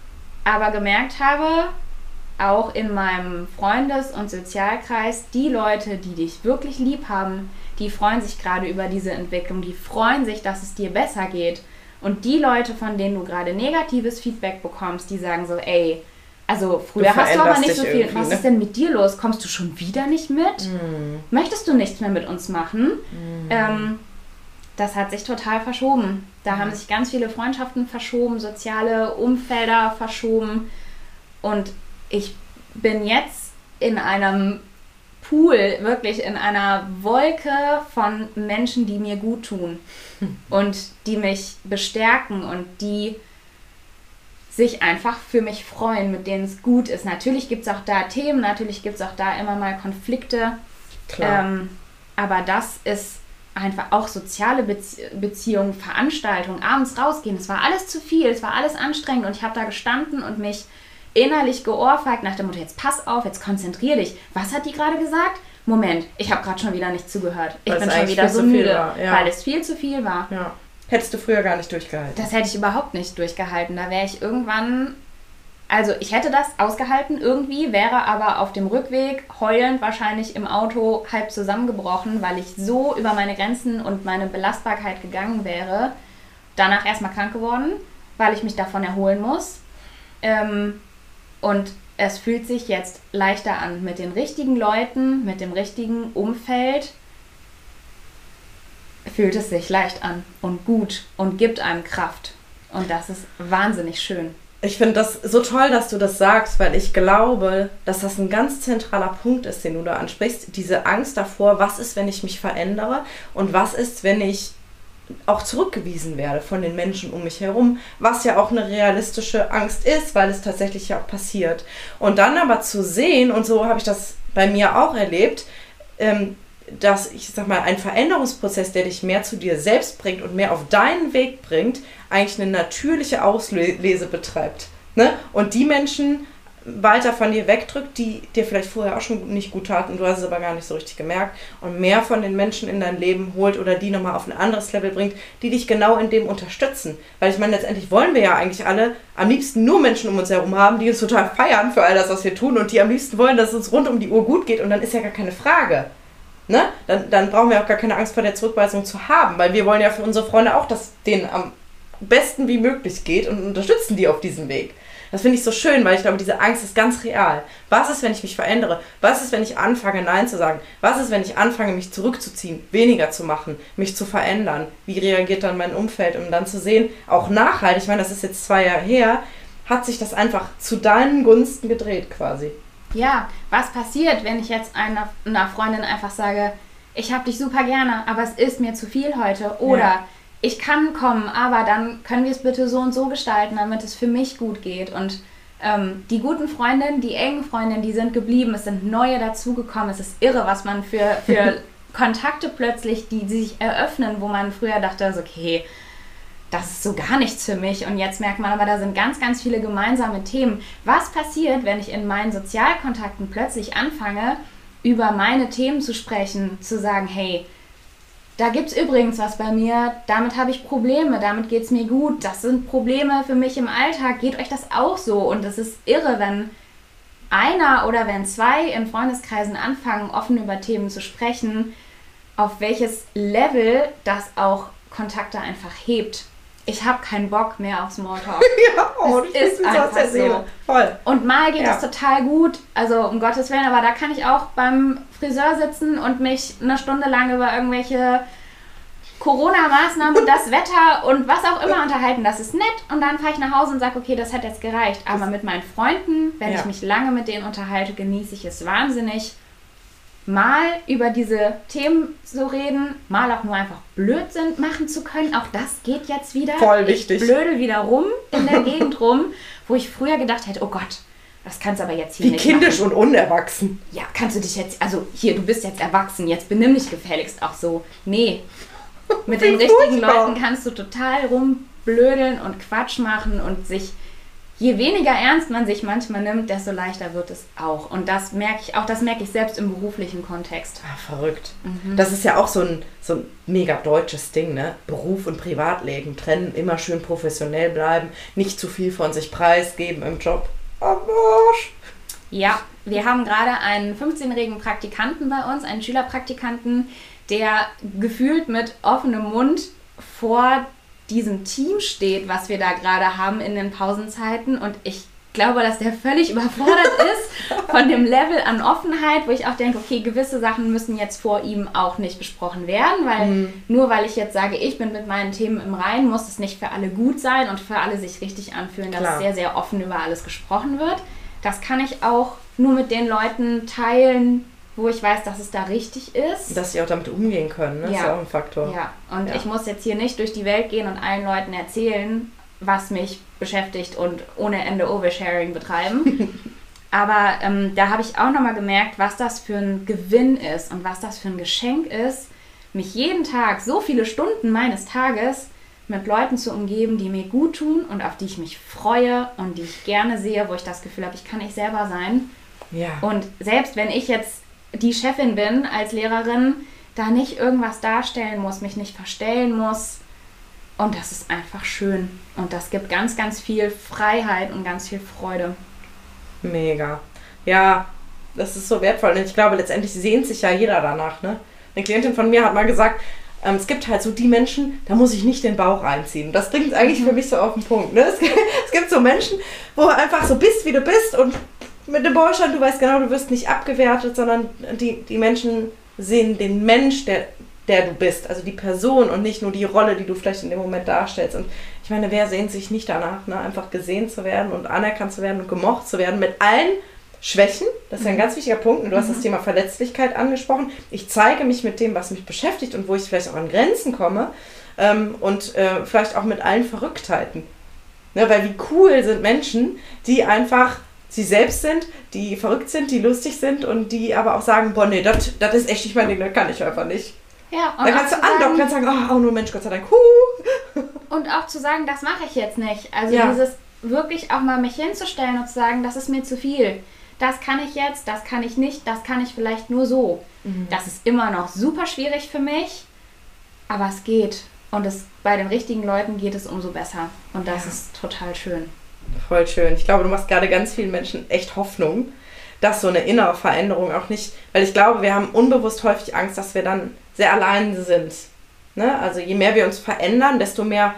aber gemerkt habe, auch in meinem Freundes- und Sozialkreis, die Leute, die dich wirklich lieb haben, die freuen sich gerade über diese Entwicklung, die freuen sich, dass es dir besser geht. Und die Leute, von denen du gerade negatives Feedback bekommst, die sagen so, ey, also früher hast du aber nicht so viel, was ist denn mit dir los? Kommst du schon wieder nicht mit? Mm. Möchtest du nichts mehr mit uns machen? Mm. Ähm, das hat sich total verschoben. Da mm. haben sich ganz viele Freundschaften verschoben, soziale Umfelder verschoben. Und ich bin jetzt in einem Pool, wirklich in einer Wolke von Menschen, die mir gut tun und die mich bestärken und die sich einfach für mich freuen, mit denen es gut ist. Natürlich gibt es auch da Themen, natürlich gibt es auch da immer mal Konflikte. Klar. Ähm, aber das ist einfach auch soziale Bezie- Beziehungen, Veranstaltungen, abends rausgehen. Es war alles zu viel, es war alles anstrengend und ich habe da gestanden und mich innerlich geohrfeigt nach dem Motto, jetzt pass auf, jetzt konzentrier dich. Was hat die gerade gesagt? Moment, ich habe gerade schon wieder nicht zugehört. Ich bin schon wieder so müde, war, ja. weil es viel zu viel war. Ja. Hättest du früher gar nicht durchgehalten. Das hätte ich überhaupt nicht durchgehalten. Da wäre ich irgendwann, also ich hätte das ausgehalten irgendwie, wäre aber auf dem Rückweg heulend wahrscheinlich im Auto halb zusammengebrochen, weil ich so über meine Grenzen und meine Belastbarkeit gegangen wäre. Danach erstmal krank geworden, weil ich mich davon erholen muss. Ähm, und es fühlt sich jetzt leichter an mit den richtigen Leuten, mit dem richtigen Umfeld. Fühlt es sich leicht an und gut und gibt einem Kraft. Und das ist wahnsinnig schön. Ich finde das so toll, dass du das sagst, weil ich glaube, dass das ein ganz zentraler Punkt ist, den du da ansprichst. Diese Angst davor, was ist, wenn ich mich verändere und was ist, wenn ich auch zurückgewiesen werde von den Menschen um mich herum, was ja auch eine realistische Angst ist, weil es tatsächlich ja auch passiert. Und dann aber zu sehen, und so habe ich das bei mir auch erlebt, ähm, dass, ich sag mal, ein Veränderungsprozess, der dich mehr zu dir selbst bringt und mehr auf deinen Weg bringt, eigentlich eine natürliche Auslese betreibt. Ne? Und die Menschen weiter von dir wegdrückt, die dir vielleicht vorher auch schon nicht gut taten, du hast es aber gar nicht so richtig gemerkt, und mehr von den Menschen in dein Leben holt oder die nochmal auf ein anderes Level bringt, die dich genau in dem unterstützen. Weil ich meine, letztendlich wollen wir ja eigentlich alle am liebsten nur Menschen um uns herum haben, die uns total feiern für all das, was wir tun, und die am liebsten wollen, dass es uns rund um die Uhr gut geht, und dann ist ja gar keine Frage. Ne? Dann, dann brauchen wir auch gar keine Angst vor der Zurückweisung zu haben, weil wir wollen ja für unsere Freunde auch, dass es denen am besten wie möglich geht, und unterstützen die auf diesem Weg. Das finde ich so schön, weil ich glaube, diese Angst ist ganz real. Was ist, wenn ich mich verändere? Was ist, wenn ich anfange, Nein zu sagen? Was ist, wenn ich anfange, mich zurückzuziehen, weniger zu machen, mich zu verändern? Wie reagiert dann mein Umfeld? Um dann zu sehen, auch nachhaltig, ich meine, das ist jetzt zwei Jahre her, hat sich das einfach zu deinen Gunsten gedreht quasi. Ja, was passiert, wenn ich jetzt einer, einer Freundin einfach sage, ich habe dich super gerne, aber es ist mir zu viel heute, oder ja. ich kann kommen, aber dann können wir es bitte so und so gestalten, damit es für mich gut geht. Und ähm, die guten Freundinnen, die engen Freundinnen, die sind geblieben, es sind neue dazugekommen. Es ist irre, was man für, für Kontakte plötzlich, die, die sich eröffnen, wo man früher dachte, also okay, das ist so gar nichts für mich. Und jetzt merkt man aber, da sind ganz, ganz viele gemeinsame Themen. Was passiert, wenn ich in meinen Sozialkontakten plötzlich anfange, über meine Themen zu sprechen, zu sagen, hey, da gibt es übrigens was bei mir, damit habe ich Probleme, damit geht es mir gut, das sind Probleme für mich im Alltag, geht euch das auch so? Und es ist irre, wenn einer oder wenn zwei in Freundeskreisen anfangen, offen über Themen zu sprechen, auf welches Level das auch Kontakte einfach hebt. Ich habe keinen Bock mehr auf Smalltalk. Ja, oh, das ist einfach so. Voll. Und mal geht ja. das total gut, also um Gottes Willen, aber da kann ich auch beim Friseur sitzen und mich eine Stunde lang über irgendwelche Corona-Maßnahmen und das Wetter und was auch immer unterhalten. Das ist nett, und dann fahre ich nach Hause und sage, okay, das hat jetzt gereicht. Aber mit meinen Freunden, wenn ja. ich mich lange mit denen unterhalte, genieße ich es wahnsinnig, mal über diese Themen zu reden, mal auch nur einfach Blödsinn machen zu können. Auch das geht jetzt wieder. Voll wichtig. Ich blödel wieder rum in der Gegend rum, wo ich früher gedacht hätte, oh Gott, das kannst du aber jetzt hier Wie nicht kindisch machen. und unerwachsen. Ja, kannst du dich jetzt, also hier, du bist jetzt erwachsen, jetzt benimm dich gefälligst auch so. Nee, mit den richtigen furchtbar. Leuten kannst du total rumblödeln und Quatsch machen und sich je weniger ernst man sich manchmal nimmt, desto leichter wird es auch. Und das merke ich auch, das merke ich selbst im beruflichen Kontext. Ah, verrückt. Mhm. Das ist ja auch so ein, so ein mega deutsches Ding, ne? Beruf und Privatleben trennen, immer schön professionell bleiben, nicht zu viel von sich preisgeben im Job. Am Arsch. Ja, wir haben gerade einen fünfzehnjährigen Praktikanten bei uns, einen Schülerpraktikanten, der gefühlt mit offenem Mund vor diesem Team steht, was wir da gerade haben in den Pausenzeiten, und ich glaube, dass der völlig überfordert ist von dem Level an Offenheit, wo ich auch denke, okay, gewisse Sachen müssen jetzt vor ihm auch nicht besprochen werden, weil mhm. nur weil ich jetzt sage, ich bin mit meinen Themen im Reinen, muss es nicht für alle gut sein und für alle sich richtig anfühlen, dass Klar. sehr, sehr offen über alles gesprochen wird. Das kann ich auch nur mit den Leuten teilen, wo ich weiß, dass es da richtig ist. Dass sie auch damit umgehen können, ne? Ja. Das ist ja auch ein Faktor. Ja, und ja. ich muss jetzt hier nicht durch die Welt gehen und allen Leuten erzählen, was mich beschäftigt und ohne Ende Oversharing betreiben. Aber ähm, da habe ich auch nochmal gemerkt, was das für ein Gewinn ist und was das für ein Geschenk ist, mich jeden Tag so viele Stunden meines Tages mit Leuten zu umgeben, die mir gut tun und auf die ich mich freue und die ich gerne sehe, wo ich das Gefühl habe, ich kann ich selber sein. Ja. Und selbst wenn ich jetzt die Chefin bin als Lehrerin, da nicht irgendwas darstellen muss, mich nicht verstellen muss. Und das ist einfach schön. Und das gibt ganz, ganz viel Freiheit und ganz viel Freude. Mega. Ja, das ist so wertvoll. Und ich glaube, letztendlich sehnt sich ja jeder danach. Ne? Eine Klientin von mir hat mal gesagt, ähm, es gibt halt so die Menschen, da muss ich nicht den Bauch einziehen. Das bringt eigentlich mhm. für mich so auf den Punkt. Ne? Es, es gibt so Menschen, wo du einfach so bist, wie du bist, und mit dem Bauchstand, du weißt genau, du wirst nicht abgewertet, sondern die, die Menschen sehen den Mensch, der, der du bist, also die Person und nicht nur die Rolle, die du vielleicht in dem Moment darstellst. Und ich meine, wer sehnt sich nicht danach, ne? Einfach gesehen zu werden und anerkannt zu werden und gemocht zu werden mit allen Schwächen. Das ist ja ein ganz wichtiger Punkt. Und du hast mhm. das Thema Verletzlichkeit angesprochen. Ich zeige mich mit dem, was mich beschäftigt und wo ich vielleicht auch an Grenzen komme, ähm, und äh, vielleicht auch mit allen Verrücktheiten. Ne? Weil wie cool sind Menschen, die einfach sie selbst sind, die verrückt sind, die lustig sind und die aber auch sagen, boah, nee, das ist echt nicht mein Ding, das kann ich einfach nicht. Ja, und dann kannst du andocken, kannst sagen, oh, oh, nur Mensch, Gott sei Dank, huh. Und auch zu sagen, das mache ich jetzt nicht. Also ja. dieses wirklich auch mal mich hinzustellen und zu sagen, das ist mir zu viel. Das kann ich jetzt, das kann ich nicht, das kann ich vielleicht nur so. Mhm. Das ist immer noch super schwierig für mich, aber es geht. Und es, bei den richtigen Leuten geht es umso besser. Und das ja. ist total schön. Voll schön. Ich glaube, du machst gerade ganz vielen Menschen echt Hoffnung, dass so eine innere Veränderung auch nicht, weil ich glaube, wir haben unbewusst häufig Angst, dass wir dann sehr allein sind. Ne? Also je mehr wir uns verändern, desto mehr,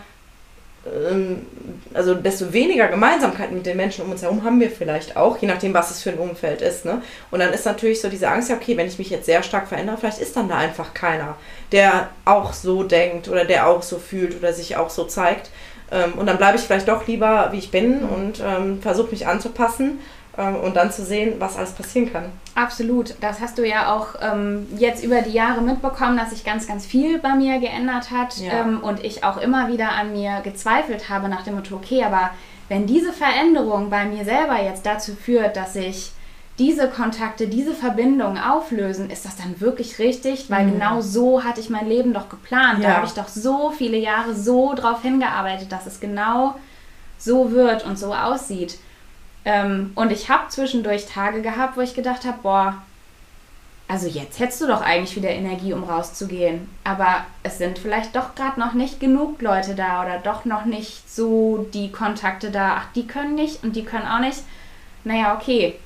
ähm, also desto weniger Gemeinsamkeit mit den Menschen um uns herum haben wir vielleicht auch, je nachdem, was es für ein Umfeld ist. Ne? Und dann ist natürlich so diese Angst, ja okay, wenn ich mich jetzt sehr stark verändere, vielleicht ist dann da einfach keiner, der auch so denkt oder der auch so fühlt oder sich auch so zeigt. Und dann bleibe ich vielleicht doch lieber, wie ich bin, und ähm, versuche mich anzupassen ähm, und dann zu sehen, was alles passieren kann. Absolut. Das hast du ja auch ähm, jetzt über die Jahre mitbekommen, dass sich ganz, ganz viel bei mir geändert hat, ja. ähm, und ich auch immer wieder an mir gezweifelt habe nach dem Motto, okay, aber wenn diese Veränderung bei mir selber jetzt dazu führt, dass ich diese Kontakte, diese Verbindungen auflösen, ist das dann wirklich richtig? Weil mhm. genau so hatte ich mein Leben doch geplant. Ja. Da habe ich doch so viele Jahre so drauf hingearbeitet, dass es genau so wird und so aussieht. Ähm, und ich habe zwischendurch Tage gehabt, wo ich gedacht habe, boah, also jetzt hättest du doch eigentlich wieder Energie, um rauszugehen. Aber es sind vielleicht doch gerade noch nicht genug Leute da oder doch noch nicht so die Kontakte da. Ach, die können nicht und die können auch nicht. Naja, okay.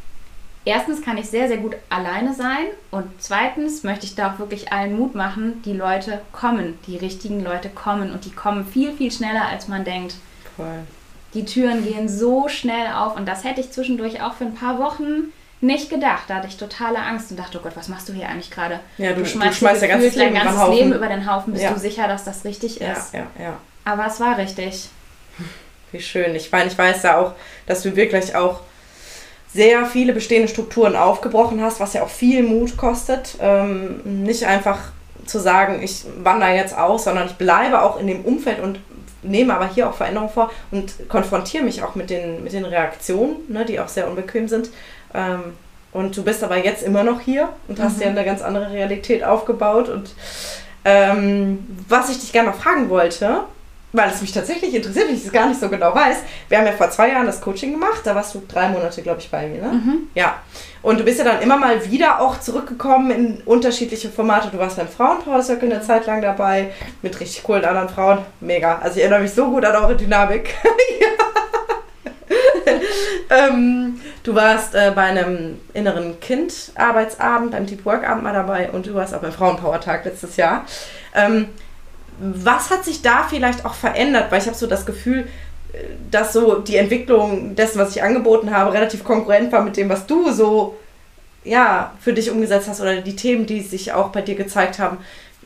Erstens kann ich sehr, sehr gut alleine sein, und zweitens möchte ich da auch wirklich allen Mut machen, die Leute kommen, die richtigen Leute kommen, und die kommen viel, viel schneller, als man denkt. Voll. Die Türen gehen so schnell auf, und das hätte ich zwischendurch auch für ein paar Wochen nicht gedacht. Da hatte ich totale Angst und dachte, oh Gott, was machst du hier eigentlich gerade? Ja, du, du schmeißt, du schmeißt dein ganzes Leben, ganzes Leben Leben über den Haufen, bist ja. du sicher, dass das richtig ist. Ja, ja, ja. Aber es war richtig. Wie schön. Ich meine, ich weiß ja auch, dass du wirklich auch sehr viele bestehende Strukturen aufgebrochen hast, was ja auch viel Mut kostet. Ähm, nicht einfach zu sagen, ich wandere jetzt aus, sondern ich bleibe auch in dem Umfeld und nehme aber hier auch Veränderungen vor und konfrontiere mich auch mit den, mit den Reaktionen, ne, die auch sehr unbequem sind. Ähm, und du bist aber jetzt immer noch hier und hast mhm. dir eine ganz andere Realität aufgebaut. Und ähm, was ich dich gerne noch fragen wollte, weil es mich tatsächlich interessiert, weil ich es gar nicht so genau weiß. Wir haben ja vor zwei Jahren das Coaching gemacht, da warst du drei Monate, glaube ich, bei mir, ne? Mhm. Ja. Und du bist ja dann immer mal wieder auch zurückgekommen in unterschiedliche Formate. Du warst beim Frauenpower Circle eine Zeit lang dabei, mit richtig coolen anderen Frauen. Mega. Also ich erinnere mich so gut an eure Dynamik. ähm, du warst äh, bei einem inneren Kind-Arbeitsabend, beim Deep Work-Abend mal dabei und du warst auch beim Frauenpower-Tag letztes Jahr. Ähm, Was hat sich da vielleicht auch verändert? Weil ich habe so das Gefühl, dass so die Entwicklung dessen, was ich angeboten habe, relativ konkurrent war mit dem, was du so ja, für dich umgesetzt hast oder die Themen, die sich auch bei dir gezeigt haben.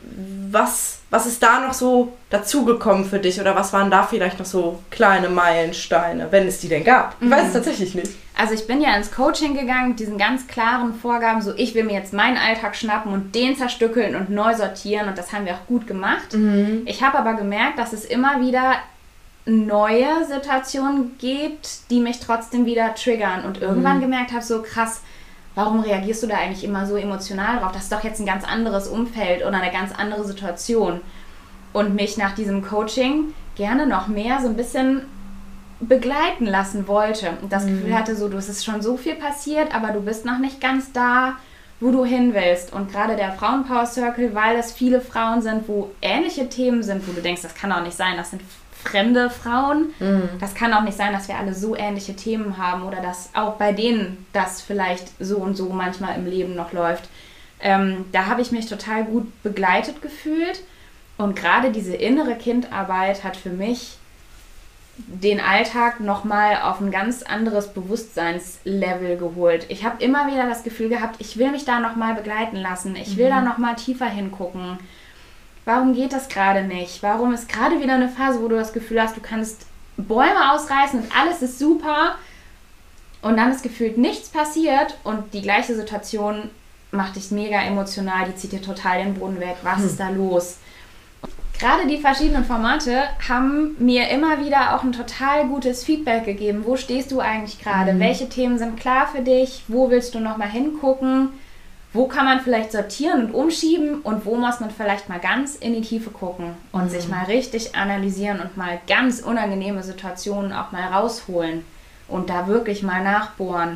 Was, was ist da noch so dazugekommen für dich oder was waren da vielleicht noch so kleine Meilensteine, wenn es die denn gab? Ich weiß es tatsächlich nicht. Also ich bin ja ins Coaching gegangen mit diesen ganz klaren Vorgaben, so ich will mir jetzt meinen Alltag schnappen und den zerstückeln und neu sortieren und das haben wir auch gut gemacht. Mhm. Ich habe aber gemerkt, dass es immer wieder neue Situationen gibt, die mich trotzdem wieder triggern und irgendwann mhm. gemerkt habe, so krass, warum reagierst du da eigentlich immer so emotional drauf? Das ist doch jetzt ein ganz anderes Umfeld oder eine ganz andere Situation. Und mich nach diesem Coaching gerne noch mehr so ein bisschen begleiten lassen wollte. Und das mhm. Gefühl hatte so, du, es ist schon so viel passiert, aber du bist noch nicht ganz da, wo du hin willst. Und gerade der Frauenpower Circle, weil es viele Frauen sind, wo ähnliche Themen sind, wo du denkst, das kann doch nicht sein, das sind fremde Frauen. Mhm. Das kann auch nicht sein, dass wir alle so ähnliche Themen haben oder dass auch bei denen das vielleicht so und so manchmal im Leben noch läuft. Ähm, da habe ich mich total gut begleitet gefühlt und gerade diese innere Kindarbeit hat für mich den Alltag nochmal auf ein ganz anderes Bewusstseinslevel geholt. Ich habe immer wieder das Gefühl gehabt, ich will mich da nochmal begleiten lassen, ich will mhm. da nochmal tiefer hingucken. Warum geht das gerade nicht? Warum ist gerade wieder eine Phase, wo du das Gefühl hast, du kannst Bäume ausreißen und alles ist super und dann ist gefühlt nichts passiert und die gleiche Situation macht dich mega emotional, die zieht dir total den Boden weg. Was hm. ist da los? Gerade die verschiedenen Formate haben mir immer wieder auch ein total gutes Feedback gegeben. Wo stehst du eigentlich gerade? Mhm. Welche Themen sind klar für dich? Wo willst du nochmal hingucken? Wo kann man vielleicht sortieren und umschieben? Und wo muss man vielleicht mal ganz in die Tiefe gucken und mhm. sich mal richtig analysieren und mal ganz unangenehme Situationen auch mal rausholen und da wirklich mal nachbohren.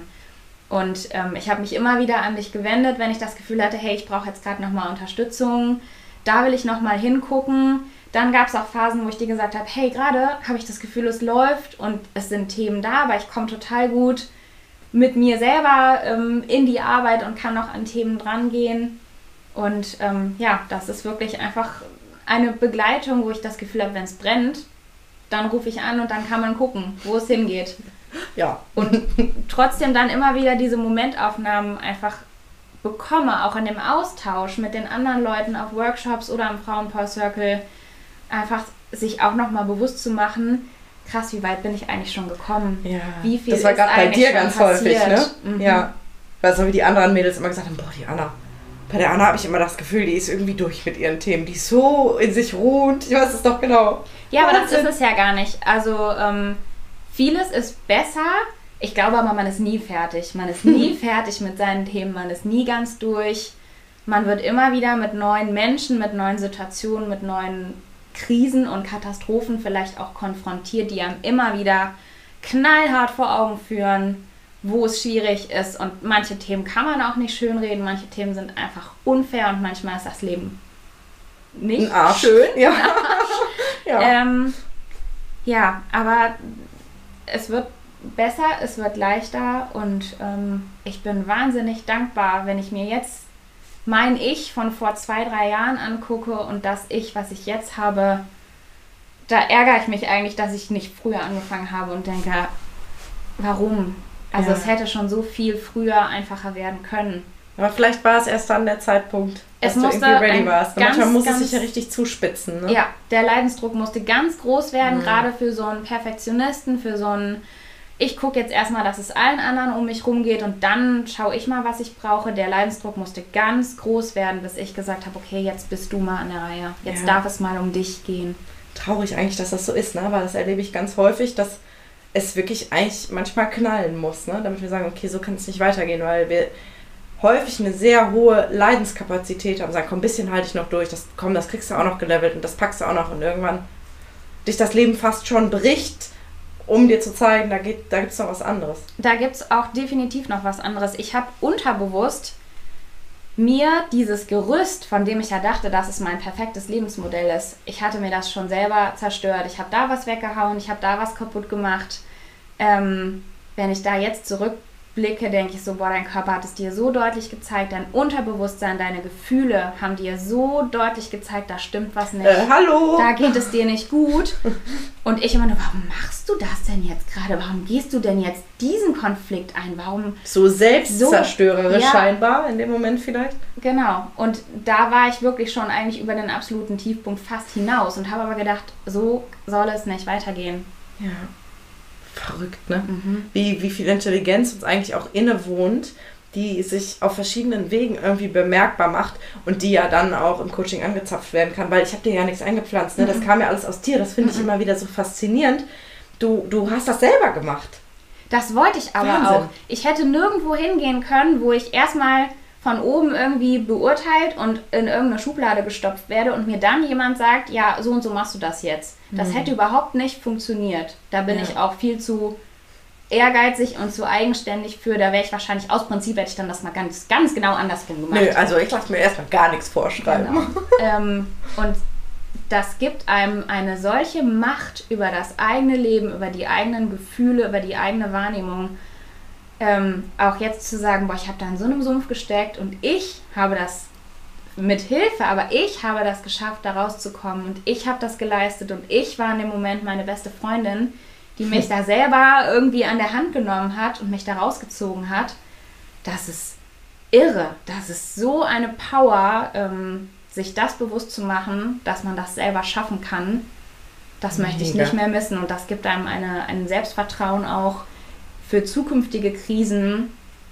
Und ähm, ich habe mich immer wieder an dich gewendet, wenn ich das Gefühl hatte, hey, ich brauche jetzt gerade nochmal Unterstützung. Da will ich nochmal hingucken. Dann gab es auch Phasen, wo ich dir gesagt habe, hey, gerade habe ich das Gefühl, es läuft und es sind Themen da, aber ich komme total gut mit mir selber ähm, in die Arbeit und kann noch an Themen drangehen. Und ähm, ja, das ist wirklich einfach eine Begleitung, wo ich das Gefühl habe, wenn es brennt, dann rufe ich an und dann kann man gucken, wo es hingeht. Ja. Und trotzdem dann immer wieder diese Momentaufnahmen einfach bekomme, auch in dem Austausch mit den anderen Leuten auf Workshops oder am Frauenpower Circle, einfach sich auch nochmal bewusst zu machen, krass, wie weit bin ich eigentlich schon gekommen? Ja, wie viel das war gerade bei dir ganz passiert? häufig, ne? Mhm. Ja, weil so wie die anderen Mädels immer gesagt haben, boah, die Anna. Bei der Anna habe ich immer das Gefühl, die ist irgendwie durch mit ihren Themen, die ist so in sich ruhend, ich weiß es doch genau. Ja, aber das ist es ja gar nicht. Also ähm, vieles ist besser. Ich glaube aber, man ist nie fertig. Man ist nie fertig mit seinen Themen, man ist nie ganz durch. Man wird immer wieder mit neuen Menschen, mit neuen Situationen, mit neuen Krisen und Katastrophen vielleicht auch konfrontiert, die einem immer wieder knallhart vor Augen führen, wo es schwierig ist. Und manche Themen kann man auch nicht schönreden, manche Themen sind einfach unfair und manchmal ist das Leben nicht schön. Ja. Ein Arsch. ja. Ähm, ja, aber es wird besser, es wird leichter und ähm, ich bin wahnsinnig dankbar, wenn ich mir jetzt mein Ich von vor zwei, drei Jahren angucke und das Ich, was ich jetzt habe, da ärgere ich mich eigentlich, dass ich nicht früher angefangen habe und denke, warum? Also ja. Es hätte schon so viel früher einfacher werden können. Aber vielleicht war es erst dann der Zeitpunkt, dass es du irgendwie ready warst. Ganz, manchmal muss ganz, es sich ja richtig zuspitzen. Ne? Ja, der Leidensdruck musste ganz groß werden, mhm. gerade für so einen Perfektionisten, für so einen ich gucke jetzt erstmal, dass es allen anderen um mich rumgeht und dann schaue ich mal, was ich brauche. Der Leidensdruck musste ganz groß werden, bis ich gesagt habe, okay, jetzt bist du mal an der Reihe. Jetzt ja. darf es mal um dich gehen. Traurig eigentlich, dass das so ist, ne? Aber das erlebe ich ganz häufig, dass es wirklich eigentlich manchmal knallen muss, ne? Damit wir sagen, okay, so kann es nicht weitergehen, weil wir häufig eine sehr hohe Leidenskapazität haben. Sagen, komm, ein bisschen halte ich noch durch, das, komm, das kriegst du auch noch gelevelt und das packst du auch noch und irgendwann dich das Leben fast schon bricht, um dir zu zeigen, da, geht, da gibt es noch was anderes. Da gibt es auch definitiv noch was anderes. Ich habe unterbewusst mir dieses Gerüst, von dem ich ja dachte, dass es mein perfektes Lebensmodell ist, ich hatte mir das schon selber zerstört. Ich habe da was weggehauen, ich habe da was kaputt gemacht. Ähm, wenn ich da jetzt zurückblicke, denke ich so, boah, dein Körper hat es dir so deutlich gezeigt, dein Unterbewusstsein, deine Gefühle haben dir so deutlich gezeigt, da stimmt was nicht. Äh, hallo! Da geht es dir nicht gut. Und ich immer nur, warum machst du das denn jetzt gerade? Warum gehst du denn jetzt diesen Konflikt ein? Warum? So selbstzerstörerisch so, ja, scheinbar in dem Moment vielleicht. Genau. Und da war ich wirklich schon eigentlich über den absoluten Tiefpunkt fast hinaus und habe aber gedacht, so soll es nicht weitergehen. Ja. Verrückt, ne? Mhm. Wie, wie viel Intelligenz uns eigentlich auch innewohnt, die sich auf verschiedenen Wegen irgendwie bemerkbar macht und die ja dann auch im Coaching angezapft werden kann, weil ich habe dir ja nichts eingepflanzt, ne? Das kam ja alles aus dir, das finde ich immer wieder so faszinierend. Du, du hast das selber gemacht. Das wollte ich aber Wahnsinn. auch. Ich hätte nirgendwo hingehen können, wo ich erstmal von oben irgendwie beurteilt und in irgendeine Schublade gestopft werde und mir dann jemand sagt, ja, so und so machst du das jetzt. Das mhm. hätte überhaupt nicht funktioniert. Da bin ja. ich auch viel zu ehrgeizig und zu eigenständig für. Da wäre ich wahrscheinlich aus Prinzip, hätte ich dann das mal ganz, ganz genau andersrum gemacht. Nö, also ich lasse mir erstmal gar nichts vorschreiben. Genau. ähm, und das gibt einem eine solche Macht über das eigene Leben, über die eigenen Gefühle, über die eigene Wahrnehmung. Ähm, auch jetzt zu sagen, boah, ich habe da in so einem Sumpf gesteckt und ich habe das mit Hilfe, aber ich habe das geschafft, da rauszukommen und ich habe das geleistet und ich war in dem Moment meine beste Freundin, die mich da selber irgendwie an der Hand genommen hat und mich da rausgezogen hat. Das ist irre. Das ist so eine Power, ähm, sich das bewusst zu machen, dass man das selber schaffen kann. Das möchte ich nicht mehr missen und das gibt einem eine, ein Selbstvertrauen auch für zukünftige Krisen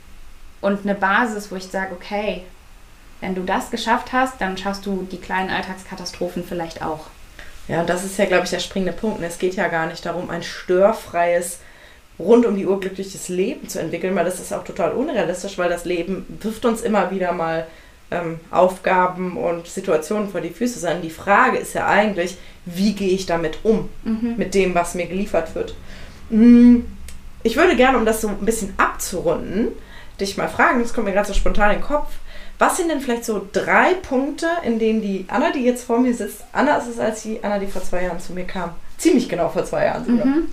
und eine Basis, wo ich sage, okay, wenn du das geschafft hast, dann schaffst du die kleinen Alltagskatastrophen vielleicht auch. Ja, und das ist ja, glaube ich, der springende Punkt. Es geht ja gar nicht darum, ein störfreies, rund um die Uhr glückliches Leben zu entwickeln, weil das ist auch total unrealistisch, weil das Leben wirft uns immer wieder mal ähm, Aufgaben und Situationen vor die Füße, sondern die Frage ist ja eigentlich, wie gehe ich damit um, mhm. mit dem, was mir geliefert wird. Mhm. Ich würde gerne, um das so ein bisschen abzurunden, dich mal fragen, das kommt mir gerade so spontan in den Kopf, was sind denn vielleicht so drei Punkte, in denen die Anna, die jetzt vor mir sitzt, anders ist als die Anna, die vor zwei Jahren zu mir kam? Ziemlich genau vor zwei Jahren sogar. Mhm.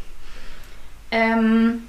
ähm,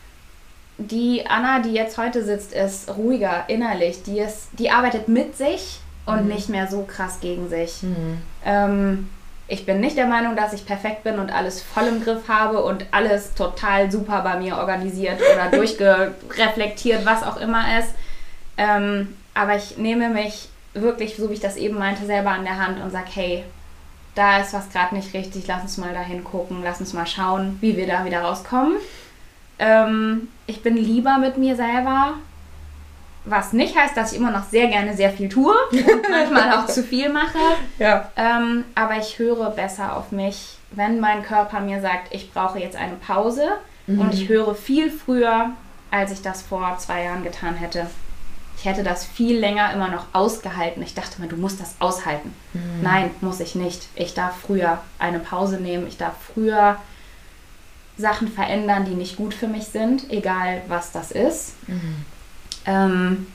die Anna, die jetzt heute sitzt, ist ruhiger innerlich. Die, ist, die arbeitet mit sich und mhm. nicht mehr so krass gegen sich. Mhm. Ähm, Ich bin nicht der Meinung, dass ich perfekt bin und alles voll im Griff habe und alles total super bei mir organisiert oder durchgereflektiert, was auch immer ist. Ähm, aber ich nehme mich wirklich, so wie ich das eben meinte, selber an der Hand und sage, hey, da ist was gerade nicht richtig, lass uns mal da hingucken, lass uns mal schauen, wie wir da wieder rauskommen. Ähm, ich bin lieber mit mir selber, was nicht heißt, dass ich immer noch sehr gerne sehr viel tue und manchmal auch zu viel mache. Ja. Ähm, aber ich höre besser auf mich, wenn mein Körper mir sagt, ich brauche jetzt eine Pause. Mhm. Und ich höre viel früher, als ich das vor zwei Jahren getan hätte. Ich hätte das viel länger immer noch ausgehalten. Ich dachte mir, du musst das aushalten. Mhm. Nein, muss ich nicht. Ich darf früher eine Pause nehmen. Ich darf früher Sachen verändern, die nicht gut für mich sind, egal was das ist. Mhm. Ähm,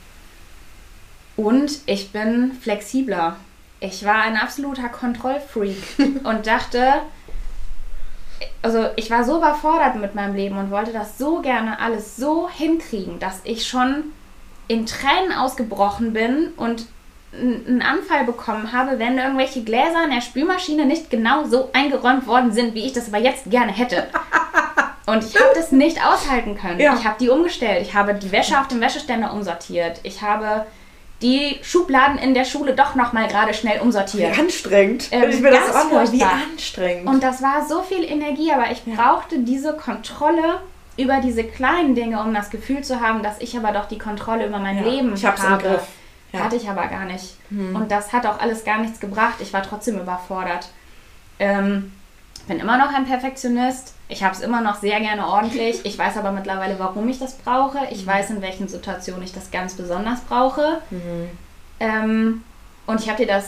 und ich bin flexibler. Ich war ein absoluter Kontrollfreak und dachte, also ich war so überfordert mit meinem Leben und wollte das so gerne alles so hinkriegen, dass ich schon in Tränen ausgebrochen bin und einen Anfall bekommen habe, wenn irgendwelche Gläser in der Spülmaschine nicht genau so eingeräumt worden sind, wie ich das aber jetzt gerne hätte. Und ich habe das nicht aushalten können. Ja. Ich habe die umgestellt. Ich habe die Wäsche auf dem Wäscheständer umsortiert. Ich habe die Schubladen in der Schule doch nochmal gerade schnell umsortiert. Wie anstrengend. Ähm, ich mir das anhöre, wie anstrengend. Und das war so viel Energie, aber ich brauchte diese Kontrolle über diese kleinen Dinge, um das Gefühl zu haben, dass ich aber doch die Kontrolle über mein ja, Leben ich hab's habe. Im Griff. Ja. Hatte ich aber gar nicht. Hm. Und das hat auch alles gar nichts gebracht. Ich war trotzdem überfordert. Ähm, bin immer noch ein Perfektionist. Ich habe es immer noch sehr gerne ordentlich. Ich weiß aber mittlerweile, warum ich das brauche. Ich weiß, in welchen Situationen ich das ganz besonders brauche. Mhm. Ähm, und ich habe dir das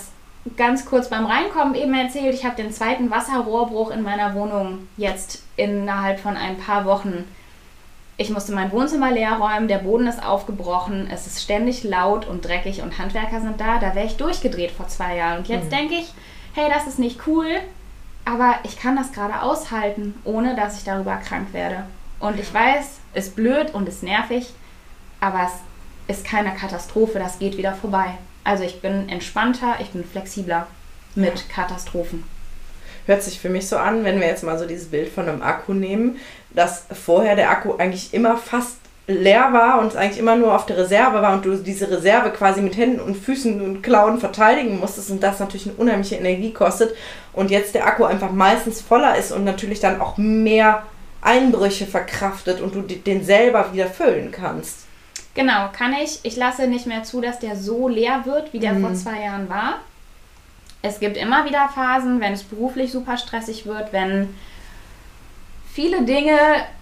ganz kurz beim Reinkommen eben erzählt, ich habe den zweiten Wasserrohrbruch in meiner Wohnung jetzt innerhalb von ein paar Wochen. Ich musste mein Wohnzimmer leer räumen, der Boden ist aufgebrochen, es ist ständig laut und dreckig und Handwerker sind da. Da wäre ich durchgedreht vor zwei Jahren. Und jetzt mhm. denke ich, hey, das ist nicht cool, aber ich kann das gerade aushalten, ohne dass ich darüber krank werde. Und ich weiß, es ist blöd und es ist nervig, aber es ist keine Katastrophe, das geht wieder vorbei. Also ich bin entspannter, ich bin flexibler mit ja. Katastrophen. Hört sich für mich so an, wenn wir jetzt mal so dieses Bild von einem Akku nehmen, dass vorher der Akku eigentlich immer fast leer war und eigentlich immer nur auf der Reserve war und du diese Reserve quasi mit Händen und Füßen und Klauen verteidigen musstest und das natürlich eine unheimliche Energie kostet und jetzt der Akku einfach meistens voller ist und natürlich dann auch mehr Einbrüche verkraftet und du den selber wieder füllen kannst. Genau, kann ich. Ich lasse nicht mehr zu, dass der so leer wird, wie der mhm. vor zwei Jahren war. Es gibt immer wieder Phasen, wenn es beruflich super stressig wird, wenn viele Dinge,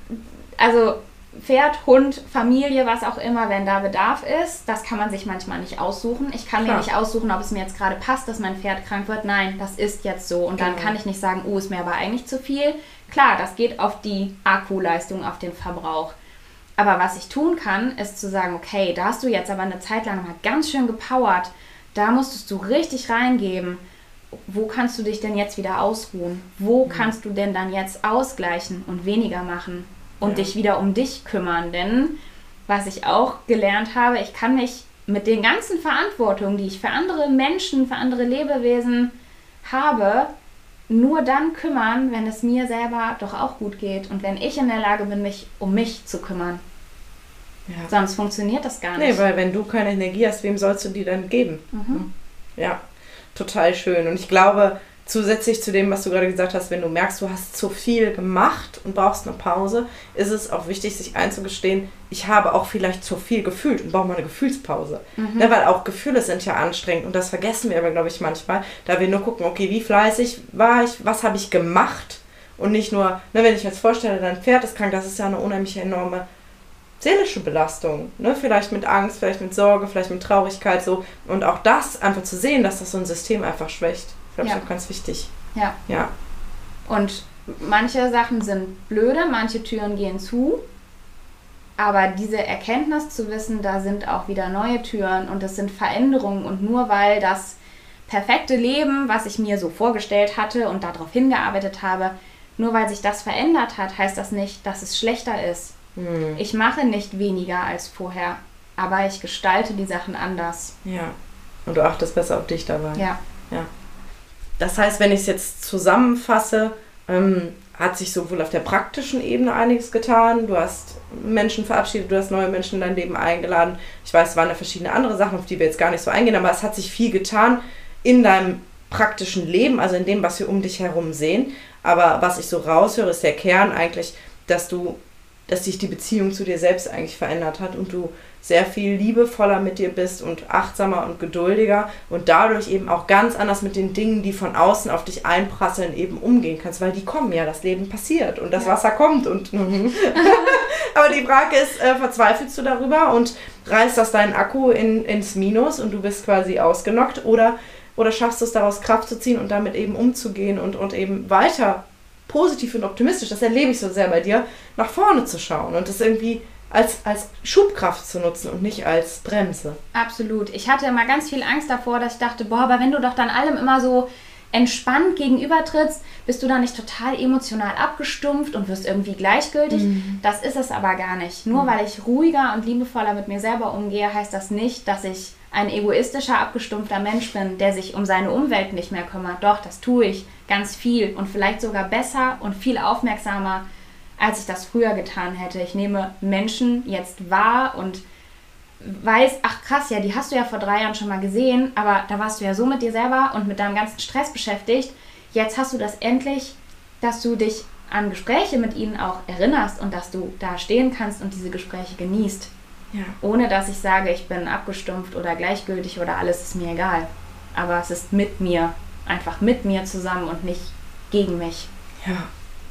also Pferd, Hund, Familie, was auch immer, wenn da Bedarf ist, das kann man sich manchmal nicht aussuchen. Ich kann Klar. mir nicht aussuchen, ob es mir jetzt gerade passt, dass mein Pferd krank wird. Nein, das ist jetzt so. Und genau. dann kann ich nicht sagen, oh, ist mir aber eigentlich zu viel. Klar, das geht auf die Akkuleistung, auf den Verbrauch. Aber was ich tun kann, ist zu sagen, okay, da hast du jetzt aber eine Zeit lang mal ganz schön gepowert. Da musstest du richtig reingeben. Wo kannst du dich denn jetzt wieder ausruhen? Wo mhm. kannst du denn dann jetzt ausgleichen und weniger machen und ja. dich wieder um dich kümmern? Denn was ich auch gelernt habe, ich kann mich mit den ganzen Verantwortungen, die ich für andere Menschen, für andere Lebewesen habe, nur dann kümmern, wenn es mir selber doch auch gut geht und wenn ich in der Lage bin, mich um mich zu kümmern. Ja. Sonst funktioniert das gar nicht. Nee, weil wenn du keine Energie hast, wem sollst du die dann geben? Mhm. Ja, total schön. Und ich glaube, zusätzlich zu dem, was du gerade gesagt hast, wenn du merkst, du hast zu viel gemacht und brauchst eine Pause, ist es auch wichtig, sich einzugestehen, ich habe auch vielleicht zu viel gefühlt und brauche mal eine Gefühlspause. Mhm. Ne, weil auch Gefühle sind ja anstrengend und das vergessen wir aber, glaube ich, manchmal, da wir nur gucken, okay, wie fleißig war ich, was habe ich gemacht und nicht nur, ne, wenn ich mir jetzt vorstelle, dein Pferd ist krank, das ist ja eine unheimliche, enorme seelische Belastung, ne? Vielleicht mit Angst, vielleicht mit Sorge, vielleicht mit Traurigkeit so und auch das einfach zu sehen, dass das so ein System einfach schwächt. Ich glaube, ja. das ist auch ganz wichtig. Ja. ja. Und manche Sachen sind blöde, manche Türen gehen zu, aber diese Erkenntnis zu wissen, da sind auch wieder neue Türen und das sind Veränderungen und nur weil das perfekte Leben, was ich mir so vorgestellt hatte und darauf hingearbeitet habe, nur weil sich das verändert hat, heißt das nicht, dass es schlechter ist. Hm. Ich mache nicht weniger als vorher, aber ich gestalte die Sachen anders. Ja. Und du achtest besser auf dich dabei. Ja. Ja. Das heißt, wenn ich es jetzt zusammenfasse, ähm, hat sich sowohl auf der praktischen Ebene einiges getan. Du hast Menschen verabschiedet, du hast neue Menschen in dein Leben eingeladen. Ich weiß, es waren ja verschiedene andere Sachen, auf die wir jetzt gar nicht so eingehen, aber es hat sich viel getan in deinem praktischen Leben, also in dem, was wir um dich herum sehen. Aber was ich so raushöre, ist der Kern eigentlich, dass du, dass sich die Beziehung zu dir selbst eigentlich verändert hat und du sehr viel liebevoller mit dir bist und achtsamer und geduldiger und dadurch eben auch ganz anders mit den Dingen, die von außen auf dich einprasseln, eben umgehen kannst, weil die kommen ja, das Leben passiert und das ja. Wasser kommt und aber die Frage ist, äh, verzweifelst du darüber und reißt das deinen Akku in, ins Minus und du bist quasi ausgenockt oder, oder schaffst du es daraus Kraft zu ziehen und damit eben umzugehen und, und eben weiter positiv und optimistisch, das erlebe ich so sehr bei dir, nach vorne zu schauen und das irgendwie Als, als Schubkraft zu nutzen und nicht als Bremse. Absolut. Ich hatte immer ganz viel Angst davor, dass ich dachte, boah, aber wenn du doch dann allem immer so entspannt gegenübertrittst, bist du dann nicht total emotional abgestumpft und wirst irgendwie gleichgültig. Mhm. Das ist es aber gar nicht. Nur mhm. weil ich ruhiger und liebevoller mit mir selber umgehe, heißt das nicht, dass ich ein egoistischer, abgestumpfter Mensch bin, der sich um seine Umwelt nicht mehr kümmert. Doch, das tue ich ganz viel und vielleicht sogar besser und viel aufmerksamer, als ich das früher getan hätte. Ich nehme Menschen jetzt wahr und weiß, ach krass, ja, die hast du ja vor drei Jahren schon mal gesehen, aber da warst du ja so mit dir selber und mit deinem ganzen Stress beschäftigt. Jetzt hast du das endlich, dass du dich an Gespräche mit ihnen auch erinnerst und dass du da stehen kannst und diese Gespräche genießt. Ja. Ohne dass ich sage, ich bin abgestumpft oder gleichgültig oder alles ist mir egal. Aber es ist mit mir, einfach mit mir zusammen und nicht gegen mich. Ja.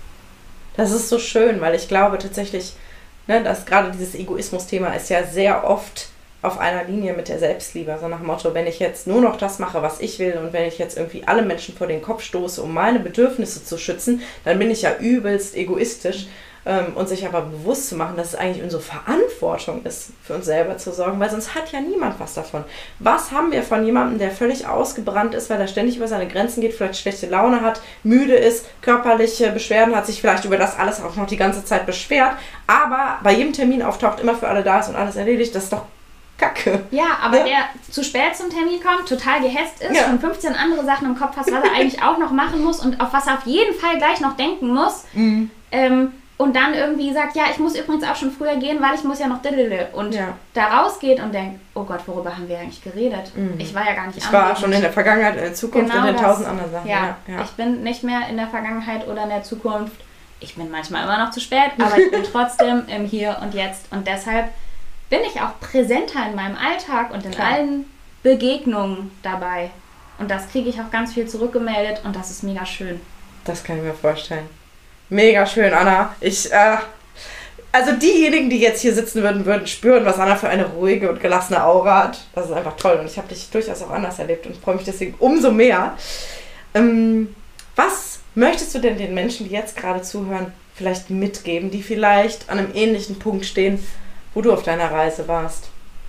Das ist so schön, weil ich glaube tatsächlich, ne, dass gerade dieses Egoismus-Thema ist ja sehr oft auf einer Linie mit der Selbstliebe. So nach dem Motto, wenn ich jetzt nur noch das mache, was ich will und wenn ich jetzt irgendwie alle Menschen vor den Kopf stoße, um meine Bedürfnisse zu schützen, dann bin ich ja übelst egoistisch. Ähm, und sich aber bewusst zu machen, dass es eigentlich unsere Verantwortung ist, für uns selber zu sorgen, weil sonst hat ja niemand was davon. Was haben wir von jemandem, der völlig ausgebrannt ist, weil er ständig über seine Grenzen geht, vielleicht schlechte Laune hat, müde ist, körperliche Beschwerden hat, sich vielleicht über das alles auch noch die ganze Zeit beschwert, aber bei jedem Termin auftaucht, immer für alle da ist und alles erledigt, das ist doch Kacke. Ja, aber ja? der zu spät zum Termin kommt, total gehetzt ist, ja. schon fünfzehn andere Sachen im Kopf hat, was er eigentlich auch noch machen muss und auf was er auf jeden Fall gleich noch denken muss, mhm. ähm, und dann irgendwie sagt, ja, ich muss übrigens auch schon früher gehen, weil ich muss ja noch diddle und ja. da rausgeht und denkt, oh Gott, worüber haben wir eigentlich geredet? Mhm. Ich war ja gar nicht Ich war schon in der Vergangenheit, in der Zukunft genau und in das. tausend anderen Sachen. Ja, Ja, ja. Ich bin nicht mehr in der Vergangenheit oder in der Zukunft. Ich bin manchmal immer noch zu spät, aber ich bin trotzdem im Hier und Jetzt. Und deshalb bin ich auch präsenter in meinem Alltag und in Klar. allen Begegnungen dabei. Und das kriege ich auch ganz viel zurückgemeldet und das ist mega schön. Das kann ich mir vorstellen. Mega schön, Anna. Ich, äh, also diejenigen, die jetzt hier sitzen würden, würden spüren, was Anna für eine ruhige und gelassene Aura hat. Das ist einfach toll und ich habe dich durchaus auch anders erlebt und freue mich deswegen umso mehr. Ähm, was möchtest du denn den Menschen, die jetzt gerade zuhören, vielleicht mitgeben, die vielleicht an einem ähnlichen Punkt stehen, wo du auf deiner Reise warst?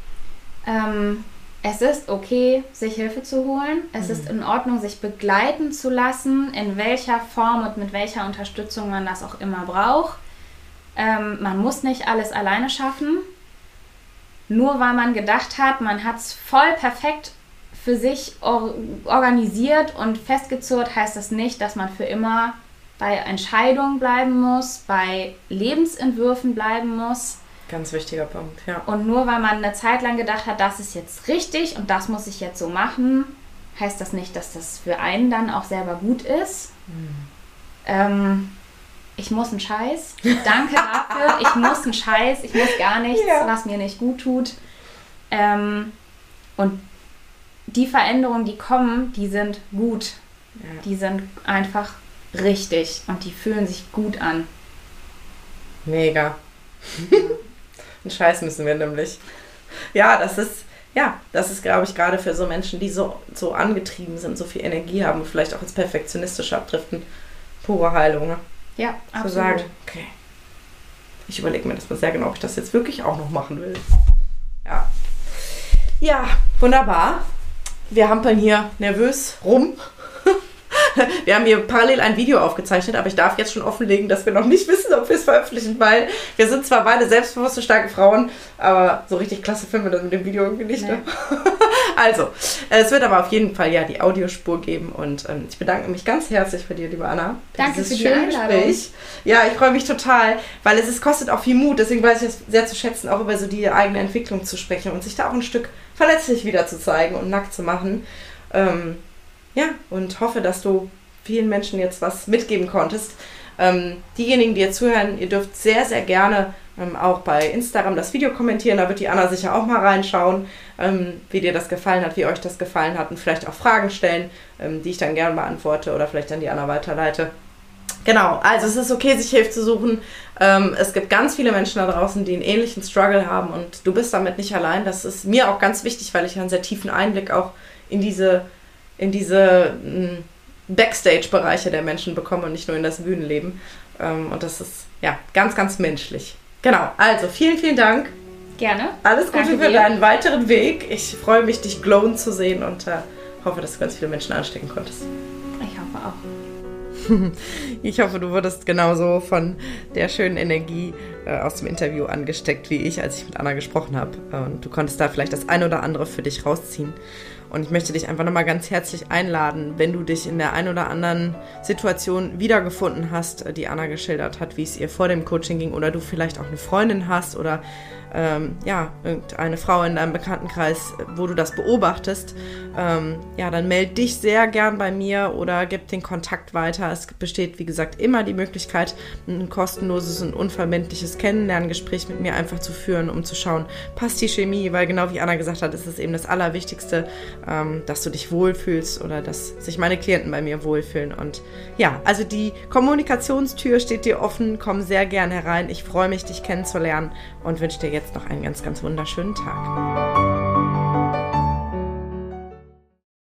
Ähm, es ist okay, sich Hilfe zu holen. Es mhm. ist in Ordnung, sich begleiten zu lassen, in welcher Form und mit welcher Unterstützung man das auch immer braucht. Ähm, man muss nicht alles alleine schaffen. Nur weil man gedacht hat, man hat es voll perfekt für sich or- organisiert und festgezurrt, heißt das nicht, dass man für immer bei Entscheidungen bleiben muss, bei Lebensentwürfen bleiben muss. Ganz wichtiger Punkt, ja. Und nur weil man eine Zeit lang gedacht hat, das ist jetzt richtig und das muss ich jetzt so machen, heißt das nicht, dass das für einen dann auch selber gut ist. Mhm. Ähm, ich muss einen Scheiß. Danke dafür. Ich muss einen Scheiß. Ich muss gar nichts, ja. was mir nicht gut tut. Ähm, und die Veränderungen, die kommen, die sind gut. Ja. Die sind einfach richtig und die fühlen sich gut an. Mega. Einen Scheiß müssen wir nämlich. Ja, das ist, ja, das ist, glaube ich, gerade für so Menschen, die so, so angetrieben sind, so viel Energie haben und vielleicht auch ins Perfektionistische abdriften, pure Heilung. Ne? Ja, absolut. Zu sagen, okay, ich überlege mir das mal sehr genau, ob ich das jetzt wirklich auch noch machen will. Ja. Ja, wunderbar. Wir hampeln hier nervös rum. Wir haben hier parallel ein Video aufgezeichnet, aber ich darf jetzt schon offenlegen, dass wir noch nicht wissen, ob wir es veröffentlichen, weil wir sind zwar beide selbstbewusste, starke Frauen, aber so richtig klasse finden wir das mit dem Video irgendwie nicht. Nee. Ne? Also, es wird aber auf jeden Fall ja die Audiospur geben und ähm, ich bedanke mich ganz herzlich bei dir, liebe Anna. Danke für die Einladung. Gespräch. Ja, ich freue mich total, weil es ist, kostet auch viel Mut, deswegen weiß ich es sehr zu schätzen, auch über so die eigene Entwicklung zu sprechen und sich da auch ein Stück verletzlich wieder zu zeigen und nackt zu machen. Ähm, Ja, und hoffe, dass du vielen Menschen jetzt was mitgeben konntest. Ähm, diejenigen, die jetzt zuhören, ihr dürft sehr, sehr gerne ähm, auch bei Instagram das Video kommentieren. Da wird die Anna sicher auch mal reinschauen, ähm, wie dir das gefallen hat, wie euch das gefallen hat und vielleicht auch Fragen stellen, ähm, die ich dann gerne beantworte oder vielleicht an die Anna weiterleite. Genau, also es ist okay, sich Hilfe zu suchen. Ähm, es gibt ganz viele Menschen da draußen, die einen ähnlichen Struggle haben und du bist damit nicht allein. Das ist mir auch ganz wichtig, weil ich einen sehr tiefen Einblick auch in diese in diese Backstage-Bereiche der Menschen bekomme und nicht nur in das Bühnenleben. Und das ist ja ganz, ganz menschlich. Genau, also vielen, vielen Dank. Gerne. Alles Gute Danke für dir. deinen weiteren Weg. Ich freue mich, dich glowen zu sehen und äh, hoffe, dass du ganz viele Menschen anstecken konntest. Ich hoffe auch. Ich hoffe, du wurdest genauso von der schönen Energie äh, aus dem Interview angesteckt wie ich, als ich mit Anna gesprochen habe. Und du konntest da vielleicht das ein oder andere für dich rausziehen. Und ich möchte dich einfach nochmal ganz herzlich einladen, wenn du dich in der ein oder anderen Situation wiedergefunden hast, die Anna geschildert hat, wie es ihr vor dem Coaching ging, oder du vielleicht auch eine Freundin hast oder ähm, ja, irgendeine Frau in deinem Bekanntenkreis, wo du das beobachtest, ähm, ja, dann melde dich sehr gern bei mir oder gib den Kontakt weiter. Es besteht, wie gesagt, immer die Möglichkeit, ein kostenloses und unverbindliches Kennenlerngespräch mit mir einfach zu führen, um zu schauen, passt die Chemie, weil genau wie Anna gesagt hat, ist es eben das Allerwichtigste, ähm, dass du dich wohlfühlst oder dass sich meine Klienten bei mir wohlfühlen. Und ja, also die Kommunikationstür steht dir offen, komm sehr gern herein. Ich freue mich, dich kennenzulernen und wünsche dir jetzt noch einen ganz, ganz wunderschönen Tag.